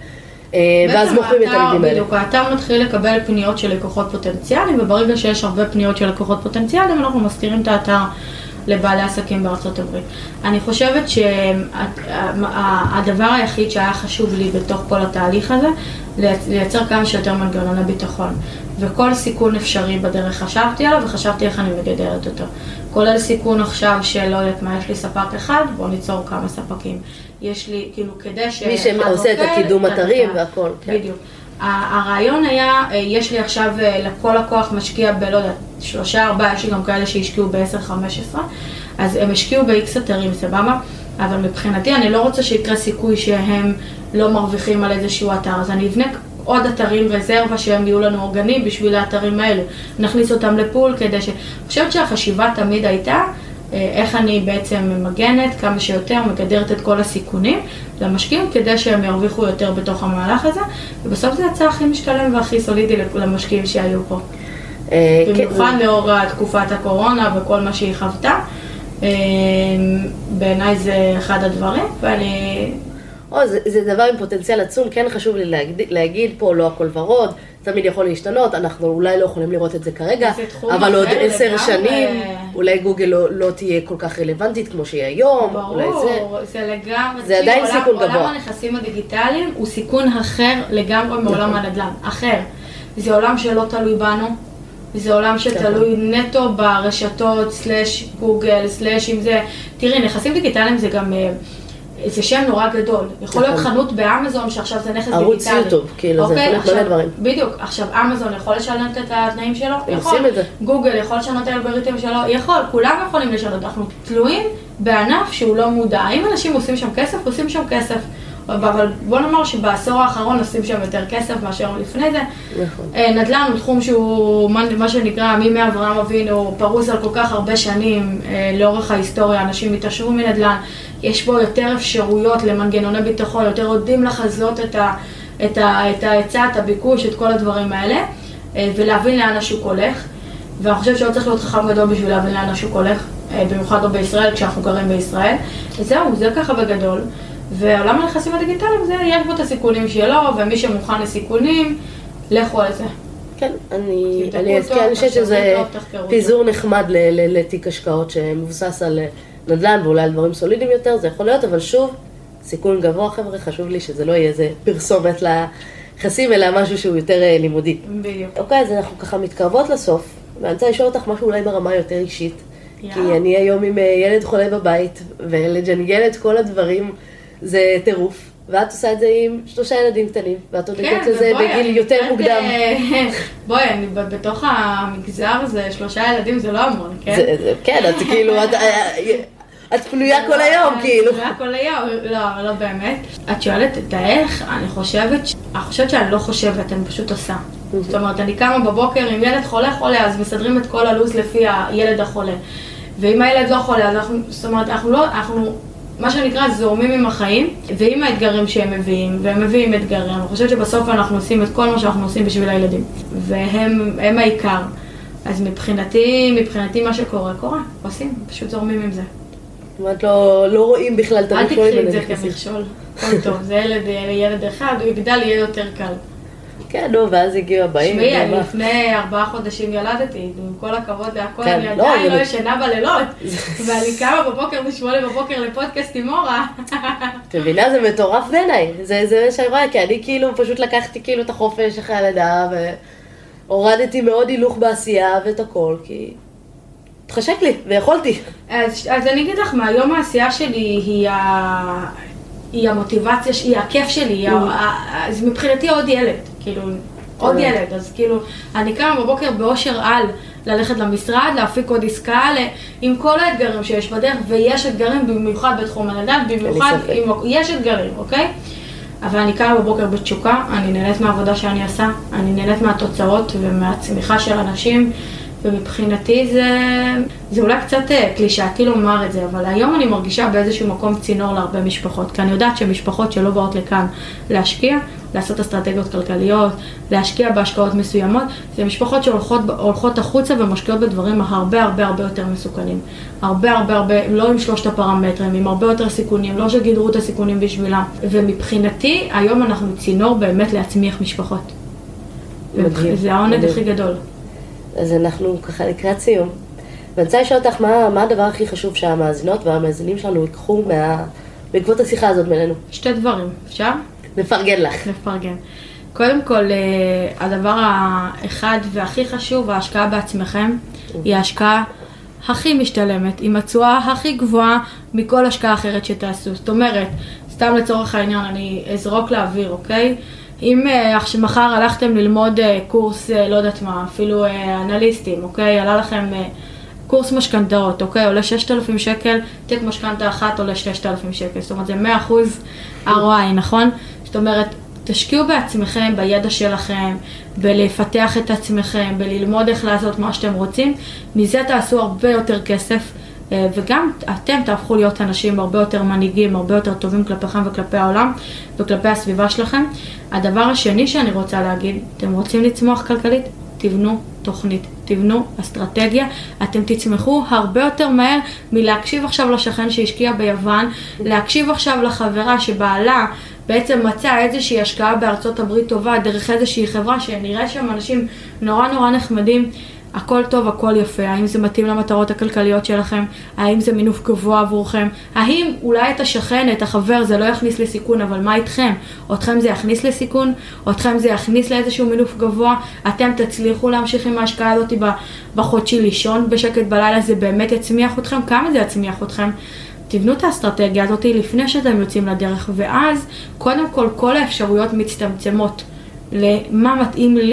ואז מוכרים את הלידים האלה. בדיוק, האתר מתחיל לקבל פניות של לקוחות פוטנציאליים, וברגע שיש הרבה פניות של לקוחות פוטנציאליים, אנחנו מזכירים את האתר לבעלי עסקים בארצות הברית. אני חושבת שהדבר היחיד שהיה חשוב לי בתוך כל התהליך הזה, לייצר כמה שיותר מנגנוני ביטחון. וכל סיכון אפשרי בדרך חשבתי עליו, וחשבתי איך אני מגדרת אותו. כולל סיכון עכשיו שלא יודעת מה, יש לי ספק אחד, בואו ניצור כמה ספקים. יש לי, כאילו, כדי ש... מי שעושה את הקידום אתרים והכל. בדיוק. הרעיון היה, יש לי עכשיו לכל לקוח משקיע לא יודעת, 3-4, יש לי גם כאלה שהשקיעו ב-10-15, אז הם השקיעו ב-X אתרים, סבבה? אבל מבחינתי אני לא רוצה שיקרה סיכוי שהם לא מרוויחים על איזשהו אתר, אז אני אבנה עוד אתרים רזרבה שהם יהיו לנו אורגנים בשביל האתרים האלה. נכניס אותם לפול כדי ש... אני חושבת שהחשיבה תמיד הייתה, איך אני בעצם ממגנת כמה שיותר, מגדרת את כל הסיכונים למשקיעים כדי שהם ירוויחו יותר בתוך המהלך הזה, ובסוף זה יצא הכי משתלם והכי סולידי למשקיעים שהיו פה. במיוחד לאור תקופת הקורונה וכל מה שהיא חוותה, בעיניי זה אחד הדברים, ואני... זה דבר עם פוטנציאל עצום, כן חשוב לי להגיד פה, לא הכל ורוד, תמיד יכול להשתנות, אנחנו אולי לא יכולים לראות את זה כרגע, אבל עוד 10 שנים, אולי גוגל לא תהיה כל כך רלוונטית כמו שהיא היום, ברור, זה לגמרי, זה עדיין סיכון גבוה. עולם הנכסים הדיגיטליים הוא סיכון אחר לגמרי מעולם הנדל"ן, אחר. זה עולם שלא תלוי בנו, זה עולם שתלוי נטו ברשתות, סלש גוגל, סלש אם זה, תראי, נכסים דיגיטליים זה גם... זה שם נורא גדול. יכול להיות חנות באמזון שעכשיו זה נכס דיגיטלי. ערוץ יוטיוב, כאילו, זה יכול להיות מלא דברים. בדיוק. עכשיו, אמזון יכול לשנות את התנאים שלו? יכול. גוגל יכול לשנות את האלגוריתם שלו? יכול. כולם יכולים לשנות. אנחנו תלויים בענף שהוא לא מודע. אם אנשים עושים שם כסף, עושים שם כסף. אבל בוא נאמר שבעשור האחרון עושים שם יותר כסף מאשר לפני זה. נכון. נדל"ן הוא תחום שהוא, מה שנקרא, מימי אברהם אבינו, פרוס על כל כך הרבה שנים, לאורך ההיסטוריה, אנשים התעשרו מנדל"ן, יש בו יותר אפשרויות למנגנוני ביטחון, יותר יודעים לחזות את ההיצע, את הביקוש, את כל הדברים האלה, ולהבין לאן השוק הולך. ואני חושבת שלא צריך להיות חכם גדול בשביל להבין לאן השוק הולך, במיוחד לא בישראל, כשאנחנו גרים בישראל. וזהו, זה ככה בגדול. ועולם הנכסים הדיגיטליים, יש בו את הסיכונים שלו, ומי שמוכן לסיכונים, לכו על זה. כן, אני חושבת שזה פיזור נחמד לתיק השקעות שמבוסס על נדל"ן ואולי על דברים סולידיים יותר, זה יכול להיות, אבל שוב, סיכון גבוה, חבר'ה, חשוב לי שזה לא יהיה איזה פרסומת לחסים, אלא משהו שהוא יותר לימודי. בדיוק. אוקיי, אז אנחנו ככה מתקרבות לסוף, ואני רוצה לשאול אותך משהו אולי ברמה יותר אישית, כי אני היום עם ילד חולה בבית, ולג'נגל את כל הדברים זה טירוף, ואת עושה את זה עם 3 ילדים קטנים, ואת עוד הגעת לזה בגיל יותר מוקדם. בואי, בתוך המגזר הזה, 3 ילדים זה לא המון, כן? כן, את כאילו, את פנויה כל היום, כאילו. פנויה כל היום, לא באמת. את שואלת את האיך, אני חושבת שאני לא חושבת, אני פשוט עושה. זאת אומרת, אני קמה בבוקר עם ילד חולה, אז מסדרים את כל הלו"ז לפי הילד החולה. ואם הילד לא חולה, אז זאת אומרת, אנחנו מה שנקרא זורמים עם החיים, ועם האתגרים שהם מביאים, והם מביאים אתגרים. אני חושבת שבסוף אנחנו עושים את כל מה שאנחנו עושים בשביל הילדים. והם העיקר. אז מבחינתי מה שקורה, עושים, פשוט זורמים עם זה. זאת אומרת, לא רואים בכלל את המכשולים. אל תקחי את זה כמכשול. כל טוב, זה ילד אחד, הוא יגדל, יהיה יותר קל. כן, נו, ואז הגיעו הבאים. שמעי, אני לפני 4 חודשים ילדתי, עם כל הכבוד להכל, אני עדיין לא ישנה בלילות, ואני קמה בבוקר ב8 לפודקאסט עם אורה. את מבינה, זה מטורף בעיניי, זה מה שאני רואה, כי אני כאילו פשוט לקחתי כאילו את החופש אחרי הלידה, והורדתי מאוד הילוך בעשייה ואת הכל, כי התחשק לי, ויכולתי. אז אני אגיד לך, מהיום העשייה שלי היא המוטיבציה, היא הכיף שלי, אז מבחינתי עוד ילד, כאילו, עוד ילד, אז כאילו, אני קמה בבוקר באושר על ללכת למשרד, להפיק עוד עסקה, עם כל האתגרים שיש בדרך, ויש אתגרים במיוחד בתחום הנדל"ן, במיוחד, יש אתגרים, אוקיי? אבל אני קמה בבוקר בתשוקה, אני נהנית מהעבודה שאני עושה, אני נהנית מהתוצאות ומהצמיחה של אנשים, ומבחינתי זה אולי קצת קלישאתי לומר את זה, אבל היום אני מרגישה באיזשהו מקום צינור להרבה משפחות, כי אני יודעת שמשפחות שלא באות לכאן להשקיע, לעשות אסטרטגיות כלכליות, להשקיע בהשקעות מסוימות, זה משפחות שהולכות החוצה ומשקיעות בדברים הרבה יותר מסוכנים. הרבה, לא עם 3 הפרמטרים, עם הרבה יותר סיכונים, לא שגידרו את הסיכונים בשבילם. ומבחינתי, היום אנחנו צינור באמת להצמיח משפחות. זה העונג הכי גדול. אז אנחנו ככה לקראת סיום. ואני רוצה לשאול אותך, מה הדבר הכי חשוב שהמאזינות והמאזינים שלנו ייקחו בעקבות השיחה הזאת בינינו? 2 דברים, אפשר? נפרגן לך. נפרגן. קודם כל, הדבר האחד והכי חשוב, ההשקעה בעצמכם, היא ההשקעה הכי משתלמת, עם התשואה הכי גבוהה מכל השקעה אחרת שתעשו. זאת אומרת, סתם לצורך העניין, אני אזרוק לאוויר, אוקיי? אם מחר הלכתם ללמוד קורס, לא יודעת מה, אפילו אנליסטים, אוקיי? עלה לכם קורס משכנתאות, אוקיי? עולה 6,000 שקל, תיק משכנתה אחת עולה 6,000 שקל. זאת אומרת, זה 100% ROI, נכון? זאת אומרת, תשקיעו בעצמכם, בידע שלכם, בלפתח את עצמכם, בללמוד איך לעשות מה שאתם רוצים. מזה תעשו הרבה יותר כסף, וגם אתם תהפכו להיות אנשים הרבה יותר מנהיגים, הרבה יותר טובים כלפיכם וכלפי העולם וכלפי הסביבה שלכם. הדבר השני שאני רוצה להגיד, אתם רוצים לצמוח כלכלית? תבנו תוכנית, תבנו אסטרטגיה, אתם תצמחו הרבה יותר מהר מלהקשיב עכשיו לשכן שהשקיע ביוון, להקשיב עכשיו לחברה שבעלה בעצם מצא איזושהי השקעה בארצות הברית טובה דרך איזושהי חברה שנראה שם אנשים נורא נחמדים. הכל טוב, הכל יפה, האם זה מתאים למטרות הכלכליות שלכם, האם זה מינוף גבוה עבורכם, האם אולי את השכן, את החבר, זה לא יכניס לסיכון, אבל מה איתכם? אתכם זה יכניס לסיכון, אתכם זה יכניס לאיזשהו מינוף גבוה, אתם תצליחו להמשיך עם ההשקעה הזאת בחודשי לישון בשקט בלילה, זה באמת יצמיח אתכם, כמה זה יצמיח אתכם? תבנו את האסטרטגיה הזאת לפני שאתם יוצאים לדרך, ואז קודם כל האפשרויות מצטמצמות למה מתאים לי,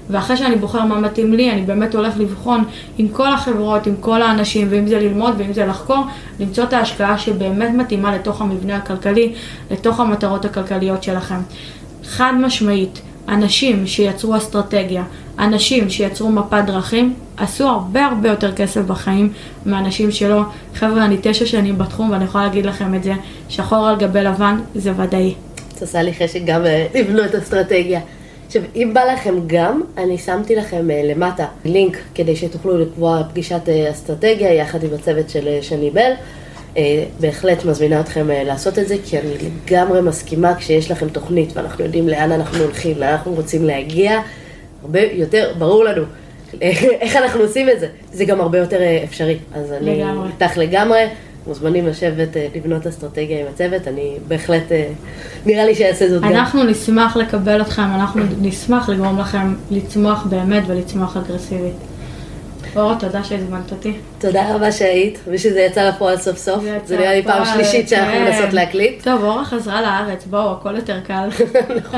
ואחרי שאני בוחר מה מתאים לי, אני באמת הולך לבחון עם כל החברות, עם כל האנשים, ואם זה ללמוד ואם זה לחקור, למצוא את ההשקעה שבאמת מתאימה לתוך המבנה הכלכלי, לתוך המטרות הכלכליות שלכם. חד משמעית, אנשים שיצרו אסטרטגיה, אנשים שיצרו מפת דרכים, עשו הרבה יותר כסף בחיים מאנשים שלא. חבר'ה, אני 9 שנים בתחום ואני יכולה להגיד לכם את זה, שחור על גבי לבן זה ודאי. תעשה לי חשק גם לבנות אסטרטגיה. עכשיו, אם בא לכם גם, אני שמתי לכם למטה לינק כדי שתוכלו לקבוע פגישת אסטרטגיה יחד עם הצוות של שני בל. בהחלט מזמינה אתכם לעשות את זה, כי אני לגמרי מסכימה כשיש לכם תוכנית ואנחנו יודעים לאן אנחנו הולכים, לאן אנחנו רוצים להגיע, הרבה יותר ברור לנו איך אנחנו עושים את זה. זה גם הרבה יותר אפשרי. אז אני איתך לגמרי, מוזמנים לשבת לבנות אסטרטגיה עם הצוות, אני בהחלט, נראה לי שיעשה זאת גם. אנחנו נשמח לקבל אתכם, אנחנו נשמח לגרום לכם לצמוח באמת ולצמוח אגרסיבית. אור, תודה שהזמנת אותי. תודה רבה שהיית, ושזה יצא לפועל סוף סוף. זה נראה לי פעם שלישית שאנחנו מנסות להקליט. טוב, אורה חזרה לארץ, בואו, הכל יותר קל. נכון.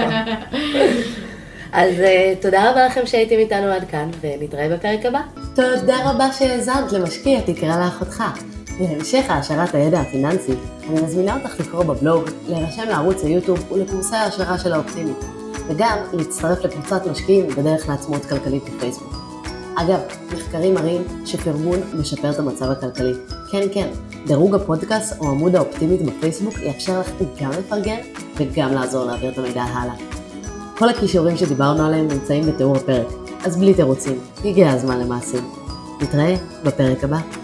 אז תודה רבה לכם שהייתם איתנו עד כאן, ונתראה בפרק הבא. תודה רבה שהאזנת למשקיע תקרא לאחותך. להמשך העשרת הידע הפיננסי, אני מזמינה אותך לקרוא בבלוג, להירשם לערוץ היוטיוב ולקורסי ההשערה של האופטימית, וגם להצטרף לקבוצת משקיעים בדרך לעצמאות כלכלית בפייסבוק. אגב, מחקרים מראים שפרגון משפר את המצב הכלכלי. כן, דירוג הפודקאסט או עמוד האופטימית בפייסבוק יאפשר לך גם לפרגן וגם לעזור להעביר את המידע הלאה. כל הכישורים שדיברנו עליהם נמצאים בתיאור הפרק, אז בלי תירוצים, הגיע הזמן למעשים. נתראה בפרק הבא.